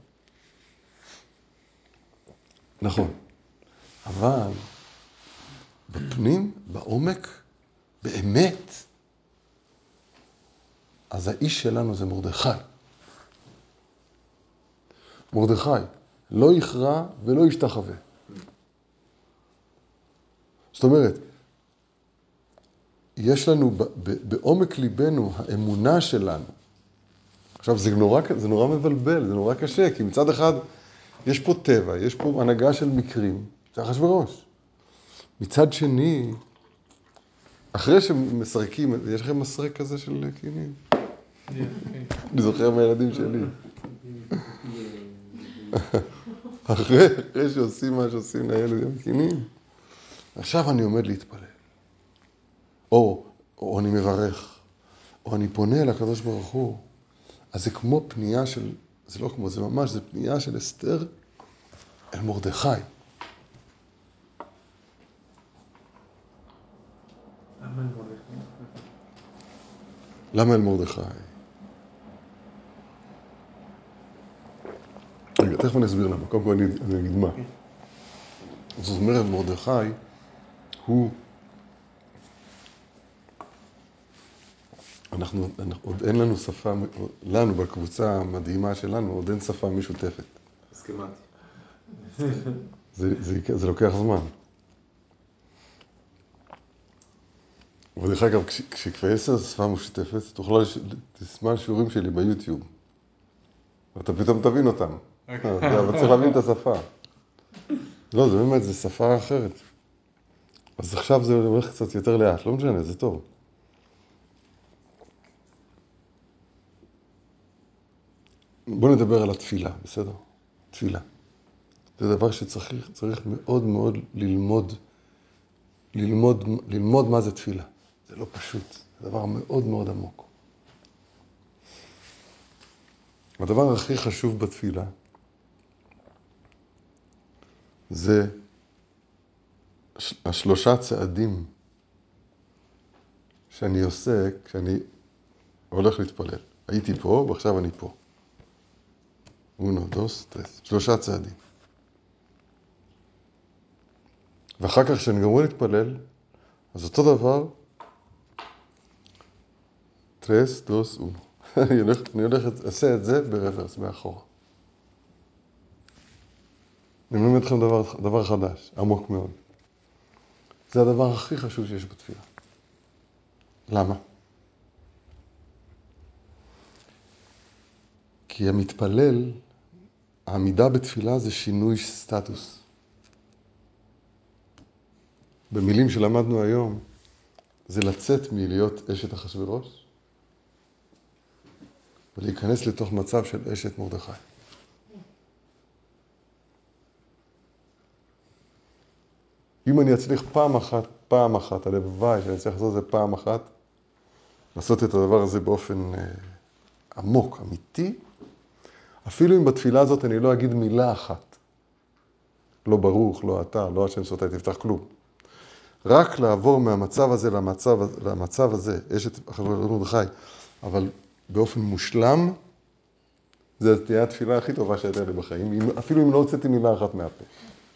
נכון. אבל בפנים, בעומק, באמת, אז האיש שלנו זה מרדכי. מרדכי לא יכרע ולא ישתחווה. זאת אומרת, יש לנו בעומק ליבנו, האמונה שלנו. עכשיו, זה נורא, זה נורא מבלבל, זה נורא קשה, כי מצד אחד יש פה טבע, יש פה הנהגה של מקרים, זה אחשוורוש. מצד שני, אחרי שמסרקים, יש לכם מסרק כזה של קינים? אני זוכר מהילדים שלי. אחרי, אחרי שעושים מה שעושים לילדים קינים, עכשיו אני עומד להתפלל. או, או אני מברך, או אני פונה אל הקדוש ברוך הוא. אז זה כמו פנייה של, זה לא כמו, זה ממש, זה פנייה של אסתר אל מרדכי. למה אל מרדכי? למה אל מרדכי? רגע, תכף אני אסביר למה. קודם כל אני, אני אגיד מה. זאת אומרת, מרדכי הוא... אנחנו, אנחנו, עוד אין לנו שפה, לנו בקבוצה המדהימה שלנו, עוד אין שפה משותפת. הסכמתי. זה, זה, זה לוקח זמן. ודרך אגב, כש, כשכבר יש שפה משותפת, תוכל תשמע שיעורים שלי ביוטיוב. ואתה פתאום תבין אותם. אבל צריך להבין את השפה. לא, זה באמת, זה שפה אחרת. אז עכשיו זה הולך קצת יותר לאט, לא משנה, זה טוב. בואו נדבר על התפילה, בסדר? תפילה. זה דבר שצריך צריך מאוד מאוד ללמוד, ללמוד, ללמוד מה זה תפילה. זה לא פשוט, זה דבר מאוד מאוד עמוק. הדבר הכי חשוב בתפילה זה השלושה צעדים שאני עושה כשאני הולך להתפלל. הייתי פה ועכשיו אני פה. אונו, דוס, טרס. שלושה צעדים. ואחר כך כשאני גמור להתפלל, אז אותו דבר, טרס, דוס, אונו. אני הולך, אני הולך, אעשה את זה ברוורס, מאחורה. אני מלמד אתכם דבר, דבר חדש, עמוק מאוד. זה הדבר הכי חשוב שיש בתפילה. למה? כי המתפלל, העמידה בתפילה זה שינוי סטטוס. במילים שלמדנו היום, זה לצאת מלהיות אשת אחשוורוש, ולהיכנס לתוך מצב של אשת מרדכי. אם אני אצליח פעם אחת, פעם אחת, הלוואי שאני אצליח לעשות את זה פעם אחת, לעשות את הדבר הזה באופן אה, עמוק, אמיתי, אפילו אם בתפילה הזאת אני לא אגיד מילה אחת. לא ברוך, לא אתה, לא השם סוטי, תפתח כלום. רק לעבור מהמצב הזה למצב, למצב הזה, אשת אחשוורוש מרדכי, אבל באופן מושלם, זו תהיה התפילה הכי טובה שהייתה לי בחיים, אפילו אם לא הוצאתי מילה אחת מהפה.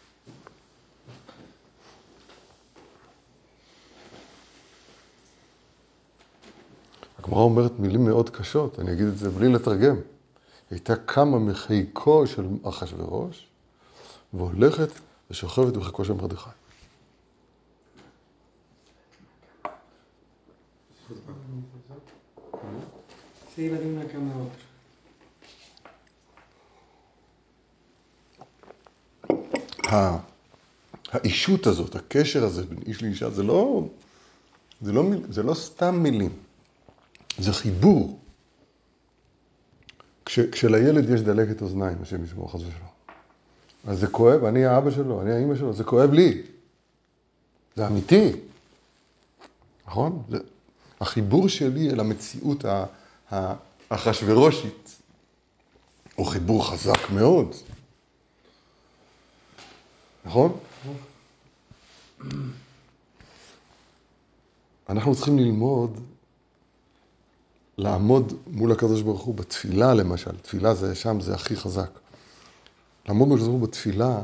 הגמרא אומרת מילים מאוד קשות, אני אגיד את זה בלי לתרגם. היא הייתה קמה מחיקו של אחשוורוש, והולכת ושוכבת בחיקו של מרדכי. Sí, la de una cama a otra. האישות הזאת, הקשר הזה בין איש לאישה, זה לא, זה לא, זה לא סתם מילים, זה חיבור. כש, כשלילד יש דלקת אוזניים, השם ישמור חס ושלום, אז זה כואב, אני האבא שלו, אני האמא שלו, זה כואב לי. זה אמיתי. נכון? זה, החיבור שלי אל המציאות האחשורשית הוא חיבור חזק מאוד. נכון? אנחנו צריכים ללמוד, לעמוד מול הקדוש ברוך הוא בתפילה למשל. תפילה זה שם, זה הכי חזק. לעמוד מול הקדוש ברוך הוא בתפילה,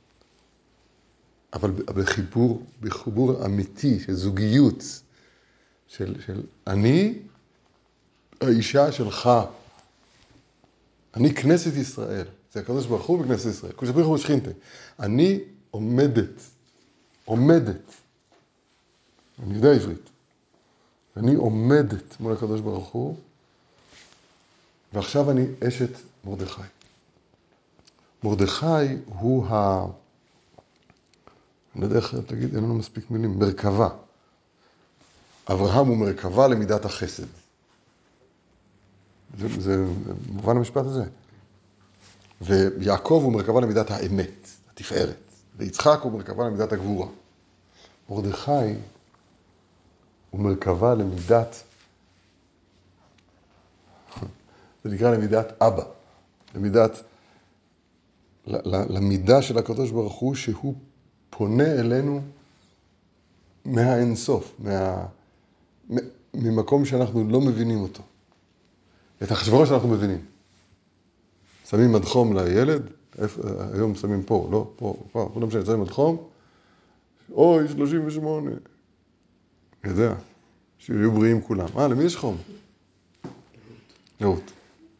אבל בחיבור, בחיבור אמיתי, של זוגיות, של, של אני, האישה שלך. אני כנסת ישראל. זה הקדוש ברוך הוא בכנסת ישראל. קדוש ברוך הוא בשכינתה. אני עומדת, עומדת. אני יודע עברית. אני עומדת מול הקדוש ברוך הוא, ועכשיו אני אשת מרדכי. מרדכי הוא ה... אני לא יודע איך תגיד, אין לנו מספיק מילים, מרכבה. אברהם הוא מרכבה למידת החסד. זה, זה מובן המשפט הזה. ויעקב הוא מרכבה למידת האמת, התפארת. ויצחק הוא מרכבה למידת הגבורה. מרדכי הוא מרכבה למידת, זה נקרא למידת אבא, למידת, למידה של הקדוש ברוך הוא, שהוא פונה אלינו מהאינסוף, מה, ממקום שאנחנו לא מבינים אותו. את האחשוורוש שאנחנו מבינים. שמים מדחום לילד, היום שמים פה, לא, פה, פה, לא משנה, שמים מדחום, אוי, שלושים ושמונה. יודע, שיהיו בריאים כולם. אה, למי יש חום? לאות.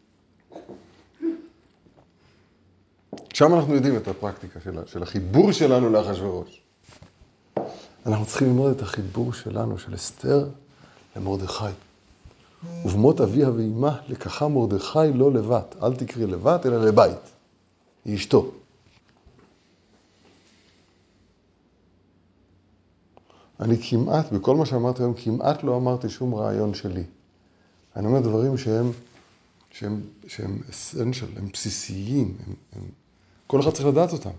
שם אנחנו יודעים את הפרקטיקה של, של החיבור שלנו לאחשוורוש. אנחנו צריכים ללמוד את החיבור שלנו, של אסתר למרדכי. ובמות אביה ואימה לקחה מרדכי לא לבת. אל תקריא לבת, אלא לבית. היא אשתו. אני כמעט, בכל מה שאמרתי היום, כמעט לא אמרתי שום רעיון שלי. אני אומר דברים שהם, שהם, שהם essential, הם בסיסיים. הם, הם, כל אחד צריך לדעת אותם.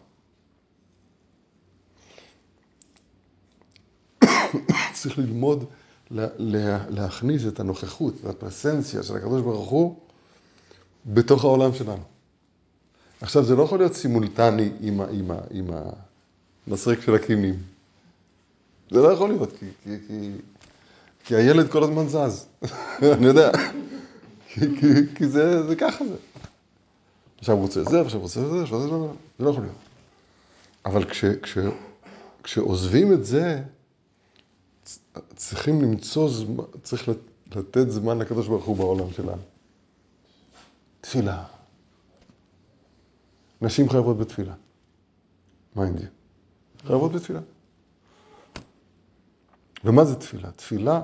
צריך ללמוד לה, לה, להכניס את הנוכחות, את הפרסנציה של הקדוש ברוך הוא, בתוך העולם שלנו. עכשיו, זה לא יכול להיות סימולטני עם, עם, עם המסרק של הכינים. זה לא יכול להיות, כי, כי, כי, כי הילד כל הזמן זז. אני יודע. כי, כי, כי זה, זה ככה זה. עכשיו הוא רוצה זה, עכשיו הוא רוצה זה, עכשיו זה לא, זה לא יכול להיות. אבל כש, כש, כשעוזבים את זה, צריכים למצוא זמן, צריך לתת זמן לקדוש ברוך הוא בעולם שלנו. תפילה. נשים חייבות בתפילה. מה אינדי? חייבות בתפילה. ומה זה תפילה? תפילה,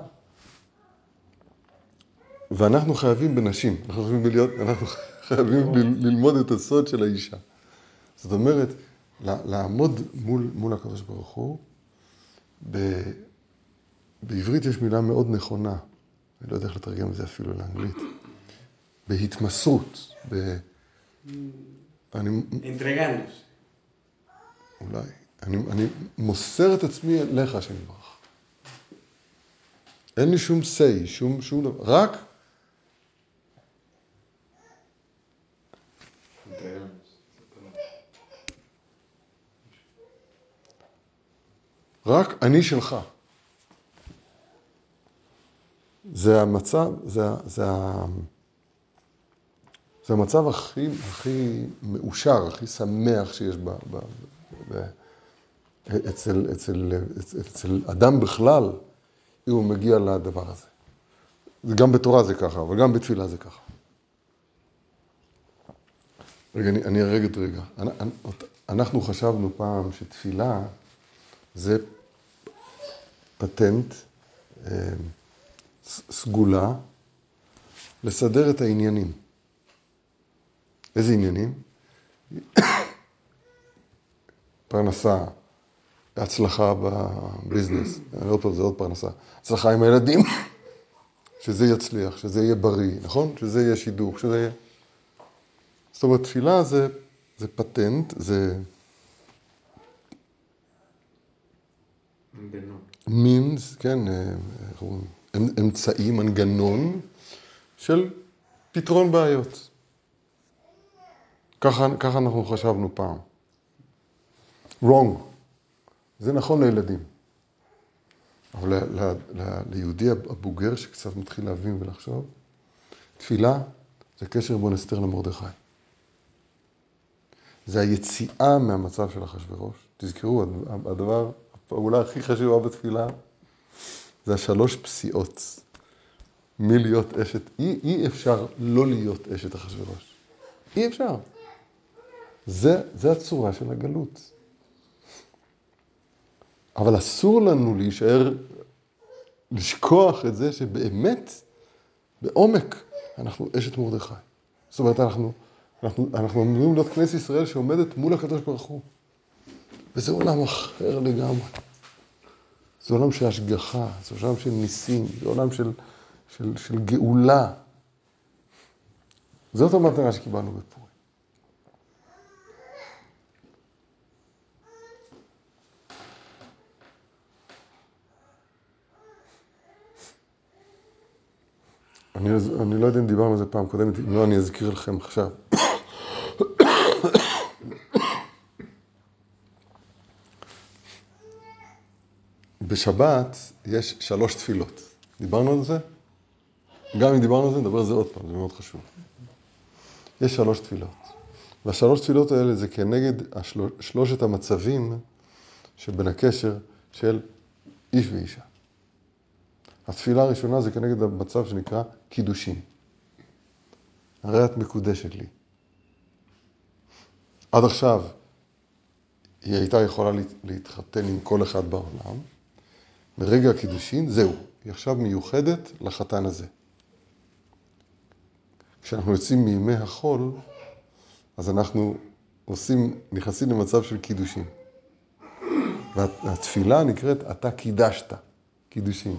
ואנחנו חייבים בנשים, אנחנו חייבים, בלהיות, אנחנו חייבים ללמוד את הסוד של האישה. זאת אומרת, לעמוד מול, מול הקדוש ברוך הוא, ב, בעברית יש מילה מאוד נכונה, אני לא יודע איך לתרגם את זה אפילו לאנגלית, בהתמסרות, ב... אני... Entregándose. אולי. אני, אני מוסר את עצמי אליך, השם יברך. אין לי שום say, שום, שום דבר, רק רק אני שלך. זה המצב, זה, זה, זה המצב הכי, הכי מאושר, הכי שמח שיש ב, ב, ב, אצל, אצל, אצל, אצל אדם בכלל, אם הוא מגיע לדבר הזה. זה גם בתורה זה ככה, אבל גם בתפילה זה ככה. רגע, אני, אני ארגע רגע. אנחנו חשבנו פעם שתפילה זה פטנט סגולה לסדר את העניינים. איזה עניינים? פרנסה, הצלחה בביזנס, אני לא טוב, זה עוד פרנסה. הצלחה עם הילדים, שזה יצליח, שזה יהיה בריא, נכון? שזה יהיה שידוך, שזה יהיה... זאת אומרת, תפילה זה, זה פטנט, זה... means, כן, אמצעי, מנגנון של פתרון בעיות. ככה, ככה אנחנו חשבנו פעם. wrong. זה נכון לילדים. אבל ל, ל, ל, ליהודי הבוגר שקצת מתחיל להבין ולחשוב, תפילה זה קשר בין אסתר למרדכי. זה היציאה מהמצב של אחשוורוש. תזכרו, הדבר, הפעולה הכי חשובה בתפילה, זה השלוש פסיעות. מי להיות אשת, אי, אי אפשר לא להיות אשת אחשוורוש. אי אפשר. זה, זה הצורה של הגלות. אבל אסור לנו להישאר, לשכוח את זה שבאמת, בעומק, אנחנו אשת מרדכי. זאת אומרת, אנחנו, אנחנו, אנחנו אמורים להיות כנסת ישראל שעומדת מול הקדוש ברוך הוא. וזה עולם אחר לגמרי. זה עולם של השגחה, זה עולם של ניסים, זה עולם של, של, של גאולה. זאת המטרה שקיבלנו בפורים. אני, אני לא יודע אם דיברנו על זה פעם קודמת, אם לא אני אזכיר לכם עכשיו. בשבת יש שלוש תפילות. דיברנו על זה? גם אם דיברנו על זה, נדבר על זה עוד פעם, זה מאוד חשוב. יש שלוש תפילות. והשלוש תפילות האלה זה כנגד השלוש, שלושת המצבים שבין הקשר של איש ואישה. התפילה הראשונה זה כנגד המצב שנקרא קידושין. הרי את מקודשת לי. עד עכשיו היא הייתה יכולה להתחתן עם כל אחד בעולם. ברגע הקידושין, זהו. היא עכשיו מיוחדת לחתן הזה. כשאנחנו יוצאים מימי החול, אז אנחנו עושים, נכנסים למצב של קידושין. והתפילה נקראת, אתה קידשת, קידושין.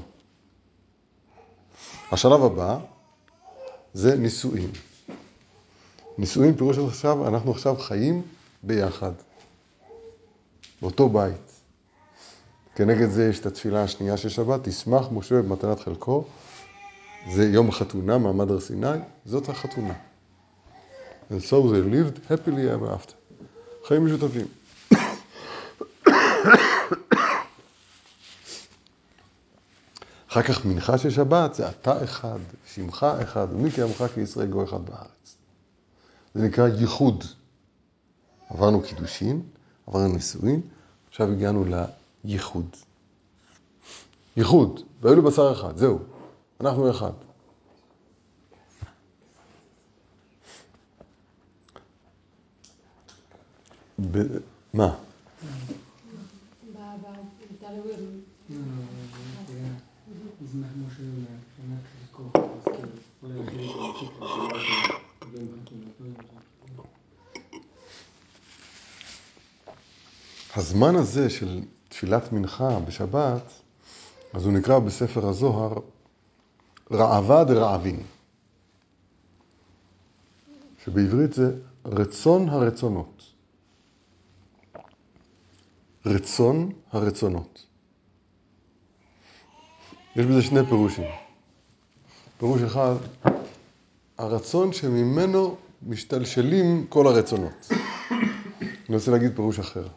השלב הבא זה נישואין. נישואין פירוש עכשיו, אנחנו עכשיו חיים ביחד, באותו בית. כנגד זה יש את התפילה השנייה של שבת, תשמח משה במתנת חלקו, זה יום החתונה, מעמד הר סיני, זאת החתונה. And so they lived happily ever after. חיים משותפים. אחר כך מנחה של שבת, זה אתה אחד, שמך אחד, ומי כי עמך כי ישראל גוי אחד בארץ. זה נקרא ייחוד. עברנו קידושין, עברנו נישואין, עכשיו הגענו לייחוד. ייחוד, והיו לבשר אחד, זהו, אנחנו אחד. ב... מה? הזמן הזה של תפילת מנחה בשבת, אז הוא נקרא בספר הזוהר רעבה דרעבין. שבעברית זה רצון הרצונות. רצון הרצונות. יש בזה שני פירושים. פירוש אחד, הרצון שממנו משתלשלים כל הרצונות. אני רוצה להגיד פירוש אחר.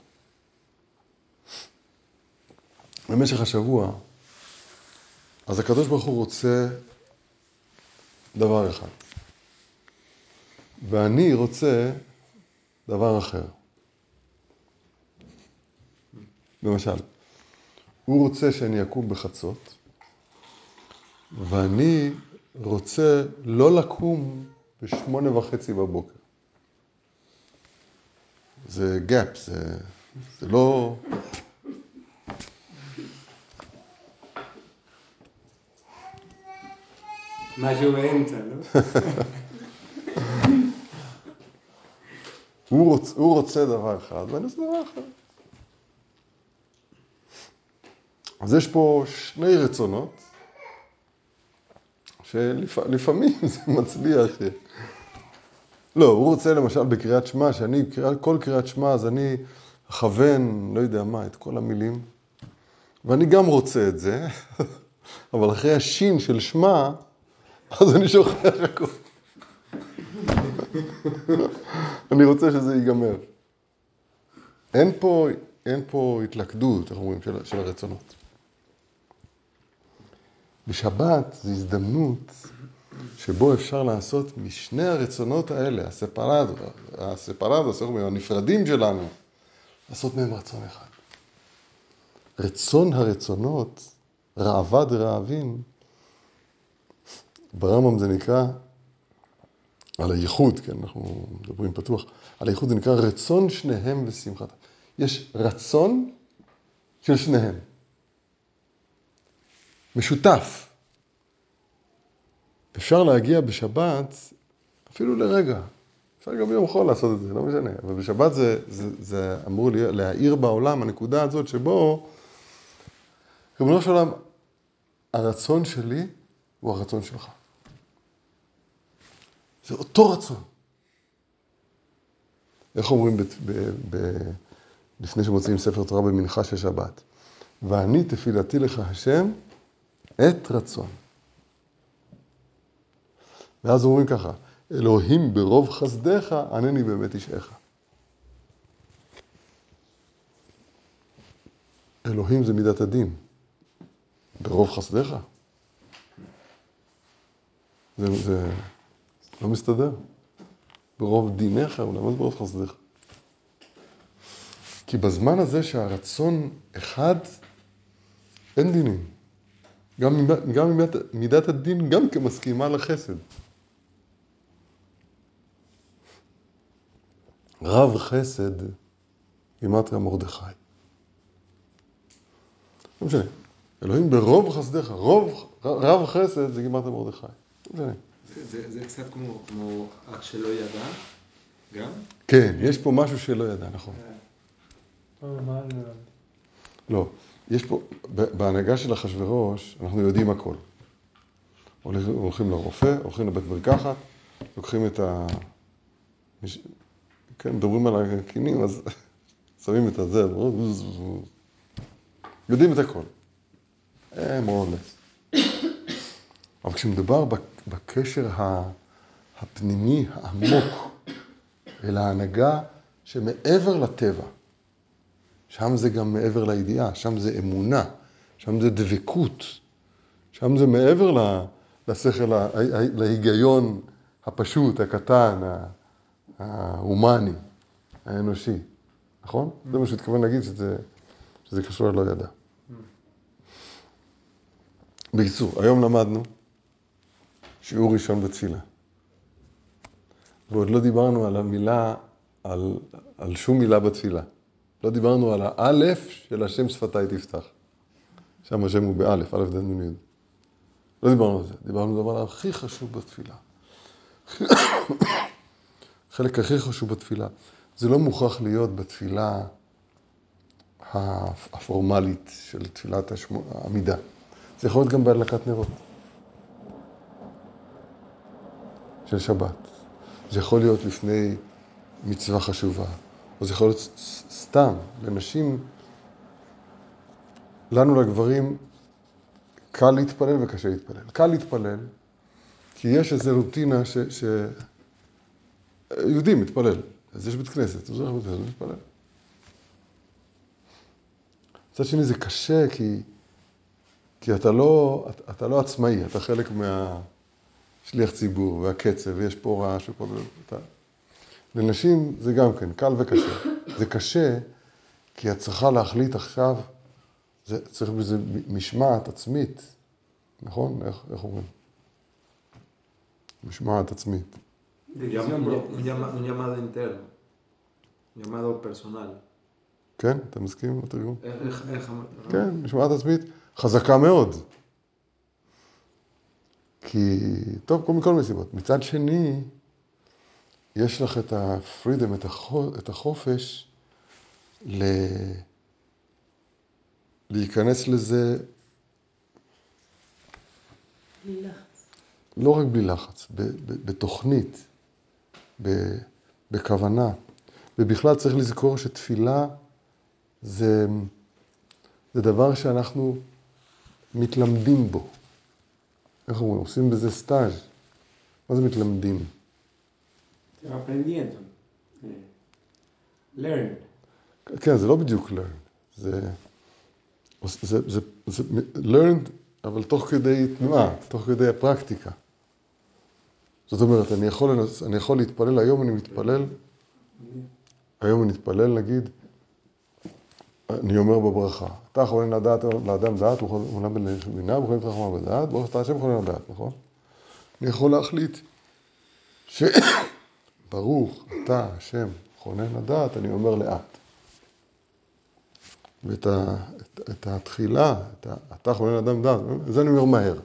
במשך השבוע, אז הקדוש ברוך הוא רוצה דבר אחד. ואני רוצה דבר אחר. למשל, הוא רוצה שאני אקום בחצות, ואני רוצה לא לקום בשמונה וחצי בבוקר. זה גאפ, זה, זה לא... משהו באמצע, לא? הוא רוצה, הוא רוצה דבר אחד, ואני עושה דבר אחר. אז יש פה שני רצונות, שלפעמים זה מצליח. לא, הוא רוצה למשל בקריאת שמע, שאני, כל קריאת שמע, אז אני אכוון, לא יודע מה, את כל המילים, ואני גם רוצה את זה, אבל אחרי השין של שמע, אז אני שוכח הכל. אני רוצה שזה ייגמר. אין פה, אין פה התלכדות, אנחנו אומרים, של, של הרצונות. בשבת זו הזדמנות שבו אפשר לעשות משני הרצונות האלה, הספרדו, הספרדו, הנפרדים שלנו, לעשות מהם רצון אחד. רצון הרצונות, ראווה דרעבים, ברמב"ם זה נקרא, על הייחוד, כן, אנחנו מדברים פתוח, על הייחוד זה נקרא רצון שניהם ושמחת. יש רצון של שניהם. משותף. אפשר להגיע בשבת, אפילו לרגע. אפשר גם ביום חול לעשות את זה, לא משנה. אבל בשבת זה, זה, זה אמור להאיר בעולם, הנקודה הזאת שבו, ריבונו של עולם, הרצון שלי הוא הרצון שלך. זה אותו רצון. איך אומרים ב, ב, ב, לפני שמוצאים ספר תורה במנחה של שבת? ואני תפילתי לך השם את רצון. ואז אומרים ככה, אלוהים ברוב חסדיך, ענני באמת אישך. אלוהים זה מידת הדין. ברוב חסדיך. זה, זה לא מסתדר. ברוב דיניך, אולי מה זה ברוב חסדיך? כי בזמן הזה שהרצון אחד, אין דינים. גם, גם מידת, מידת הדין גם כמסכימה לחסד. רב חסד, גימטריה מרדכי. לא משנה. אלוהים ברוב חסדיך, רוב, רב חסד זה גימטריה מרדכי. לא משנה. זה, זה, זה קצת כמו, כמו אח שלא ידע, גם? כן, יש פה משהו שלא ידע, נכון. לא, מה אני לא לא, יש פה, בהנהגה של אחשוורוש, אנחנו יודעים הכל. הולכים, הולכים לרופא, הולכים לבית מרקחת, לוקחים את ה... כן, מדברים על הכינים, אז שמים את הזה, יודעים את הכל. אה, מורלס. אבל כשמדובר בקשר הפנימי, העמוק, אל ההנהגה שמעבר לטבע, שם זה גם מעבר לידיעה, שם זה אמונה, שם זה דבקות, שם זה מעבר לשכל, להיגיון הפשוט, הקטן, ההומני, האנושי. נכון? זה מה שהתכוון להגיד, שזה, שזה קשור ללא ידע. בקיצור, היום למדנו שיעור ראשון בתפילה. ועוד לא דיברנו על המילה, על, על שום מילה בתפילה. לא דיברנו על האלף של השם שפתיי תפתח. שם השם הוא באלף, אלף ד' נ' י'. לא דיברנו על זה, דיברנו על הדבר הכי חשוב בתפילה. החלק הכי חשוב בתפילה. זה לא מוכרח להיות בתפילה הפורמלית של תפילת העמידה. זה יכול להיות גם בהדלקת נרות של שבת. זה יכול להיות לפני מצווה חשובה. או זה יכול להיות סתם, לנשים, לנו לגברים, קל להתפלל וקשה להתפלל. קל להתפלל, כי יש איזו רוטינה ש... ש... יהודים מתפלל. אז יש בית כנסת, אז יש מתפלל. מצד שני זה קשה, כי, כי אתה לא, אתה לא עצמאי, אתה חלק מהשליח ציבור והקצב, ויש פה רעש ופה... אתה... לנשים זה גם כן, קל וקשה. זה קשה, כי את צריכה להחליט עכשיו, זה צריך בזה משמעת עצמית, נכון? איך, איך אומרים? משמעת עצמית. Un llamado interno, un llamado personal. כן, אתה מסכים עם התרגום? איך, איך אמרת? כן, משמעת עצמית חזקה מאוד. כי, טוב, כל מכל מיני סיבות. מצד שני, יש לך את הפרידם, את, החו, את החופש, ל... להיכנס לזה בלי לחץ. לא רק בלי לחץ, ב, ב, בתוכנית, ב, בכוונה. ובכלל צריך לזכור שתפילה זה, זה דבר שאנחנו מתלמדים בו. איך אומרים? עושים בזה סטאז'. מה זה מתלמדים? Te va aprendiendo. Learn. כן, זה לא בדיוק learn. זה, זה, זה, זה learned, אבל תוך כדי תנועה, תוך כדי הפרקטיקה. זאת אומרת, אני יכול, לנס, אני יכול להתפלל, היום אני מתפלל, היום אני מתפלל, נגיד, אני אומר בברכה, אתה יכולים לדעת לאדם דעת, הוא עולם בבינה, הוא יכולים לתחמה בדעת, ברוך אתה השם יכולים לדעת, נכון? אני יכול להחליט שברוך אתה השם יכולים לדעת, אני אומר לאט. ואת ה, את, את התחילה, את ה, אתה יכולים לאדם דעת, זה אני אומר מהר.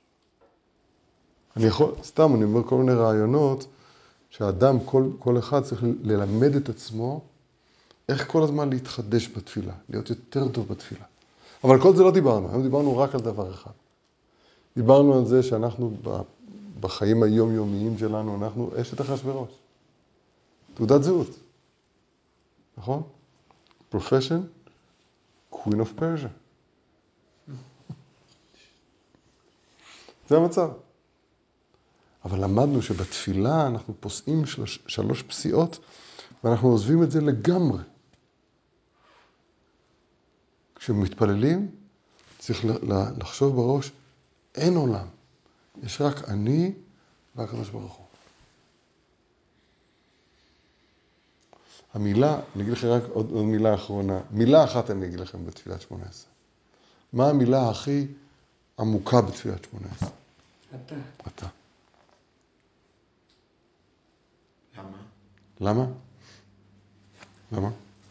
אני יכול, סתם אני אומר כל מיני רעיונות, שהאדם, כל, כל אחד צריך ללמד את עצמו, איך כל הזמן להתחדש בתפילה, להיות יותר טוב בתפילה. אבל כל זה לא דיברנו, היום דיברנו רק על דבר אחד. דיברנו על זה שאנחנו בחיים היומיומיים שלנו, אנחנו אשת אחשוורוש. תעודת זהות. נכון? Profession, Queen of Persia. זה המצב. אבל למדנו שבתפילה אנחנו פוסעים שלוש, שלוש פסיעות, ואנחנו עוזבים את זה לגמרי. כשמתפללים, צריך לחשוב בראש, אין עולם. יש רק אני והקדוש ברוך הוא. המילה, אני אגיד לכם רק עוד, עוד מילה אחרונה. מילה אחת אני אגיד לכם בתפילת שמונה עשרה. מה המילה הכי עמוקה בתפילת שמונה עשרה? אתה. אתה. למה? למה? למה?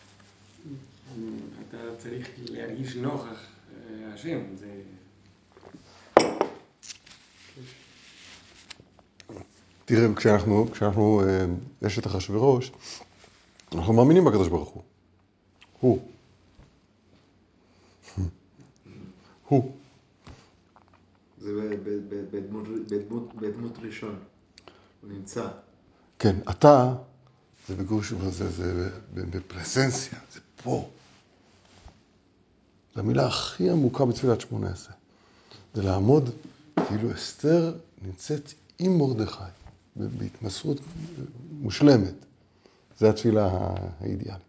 אתה צריך להרגיש נוכח השם, זה... תראה, כשאנחנו, כשאנחנו אשת אחשוורוש, אנחנו מאמינים בקדוש ברוך הוא. הוא. הוא. זה ב- ב- ב- בדמות, בדמות, בדמות ראשון. הוא נמצא. כן, אתה, זה בגוש, זה, זה בפרסנסיה, זה פה. זו המילה הכי עמוקה בתפילת שמונה עשרה. זה לעמוד, כאילו אסתר נמצאת עם מרדכי, בהתמסרות מושלמת. זו התפילה האידיאלית.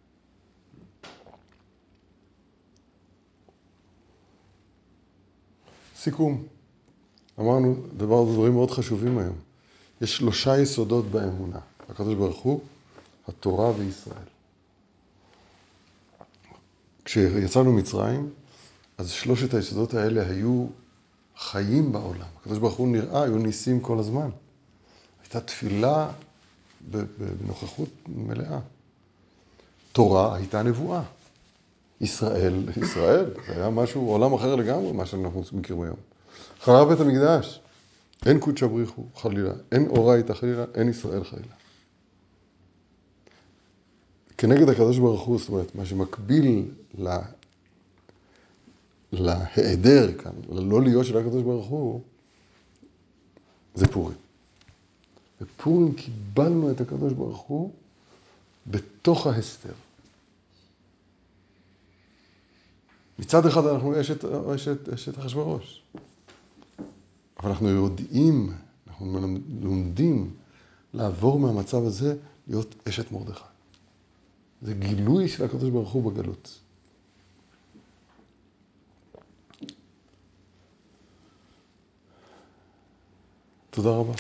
סיכום. אמרנו, דבר, דברים מאוד חשובים היום. יש שלושה יסודות באמונה. הקדוש ברוך הוא, התורה וישראל. כשיצאנו מצרים, אז שלושת היסודות האלה היו חיים בעולם. הקדוש ברוך הוא נראה, היו ניסים כל הזמן. הייתה תפילה בנוכחות מלאה. תורה הייתה נבואה. ישראל, ישראל, זה היה משהו, עולם אחר לגמרי, מה שאנחנו מכירים היום. חרב בית המקדש, אין קודשא בריחו חלילה, אין אורייתא חלילה, אין ישראל חלילה. כנגד הקדוש ברוך הוא, זאת אומרת, מה שמקביל לה, להיעדר כאן, ללא להיות של הקדוש ברוך הוא, זה פורים. בפורים קיבלנו את הקדוש ברוך הוא בתוך ההסתר. מצד אחד אנחנו אשת, אשת, אשת אחשוורוש. אבל אנחנו יודעים, אנחנו לומדים לעבור מהמצב הזה להיות אשת מרדכי. זה גילוי של הקדוש ברוך הוא בגלות. תודה רבה.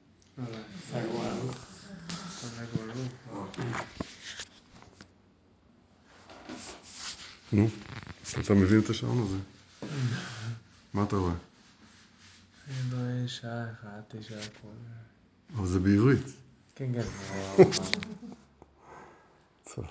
נו, אתה מבין את השעון הזה? מה אתה רואה? לא, שעה אחת, תשע הכל. אבל זה בעברית. כן, כן.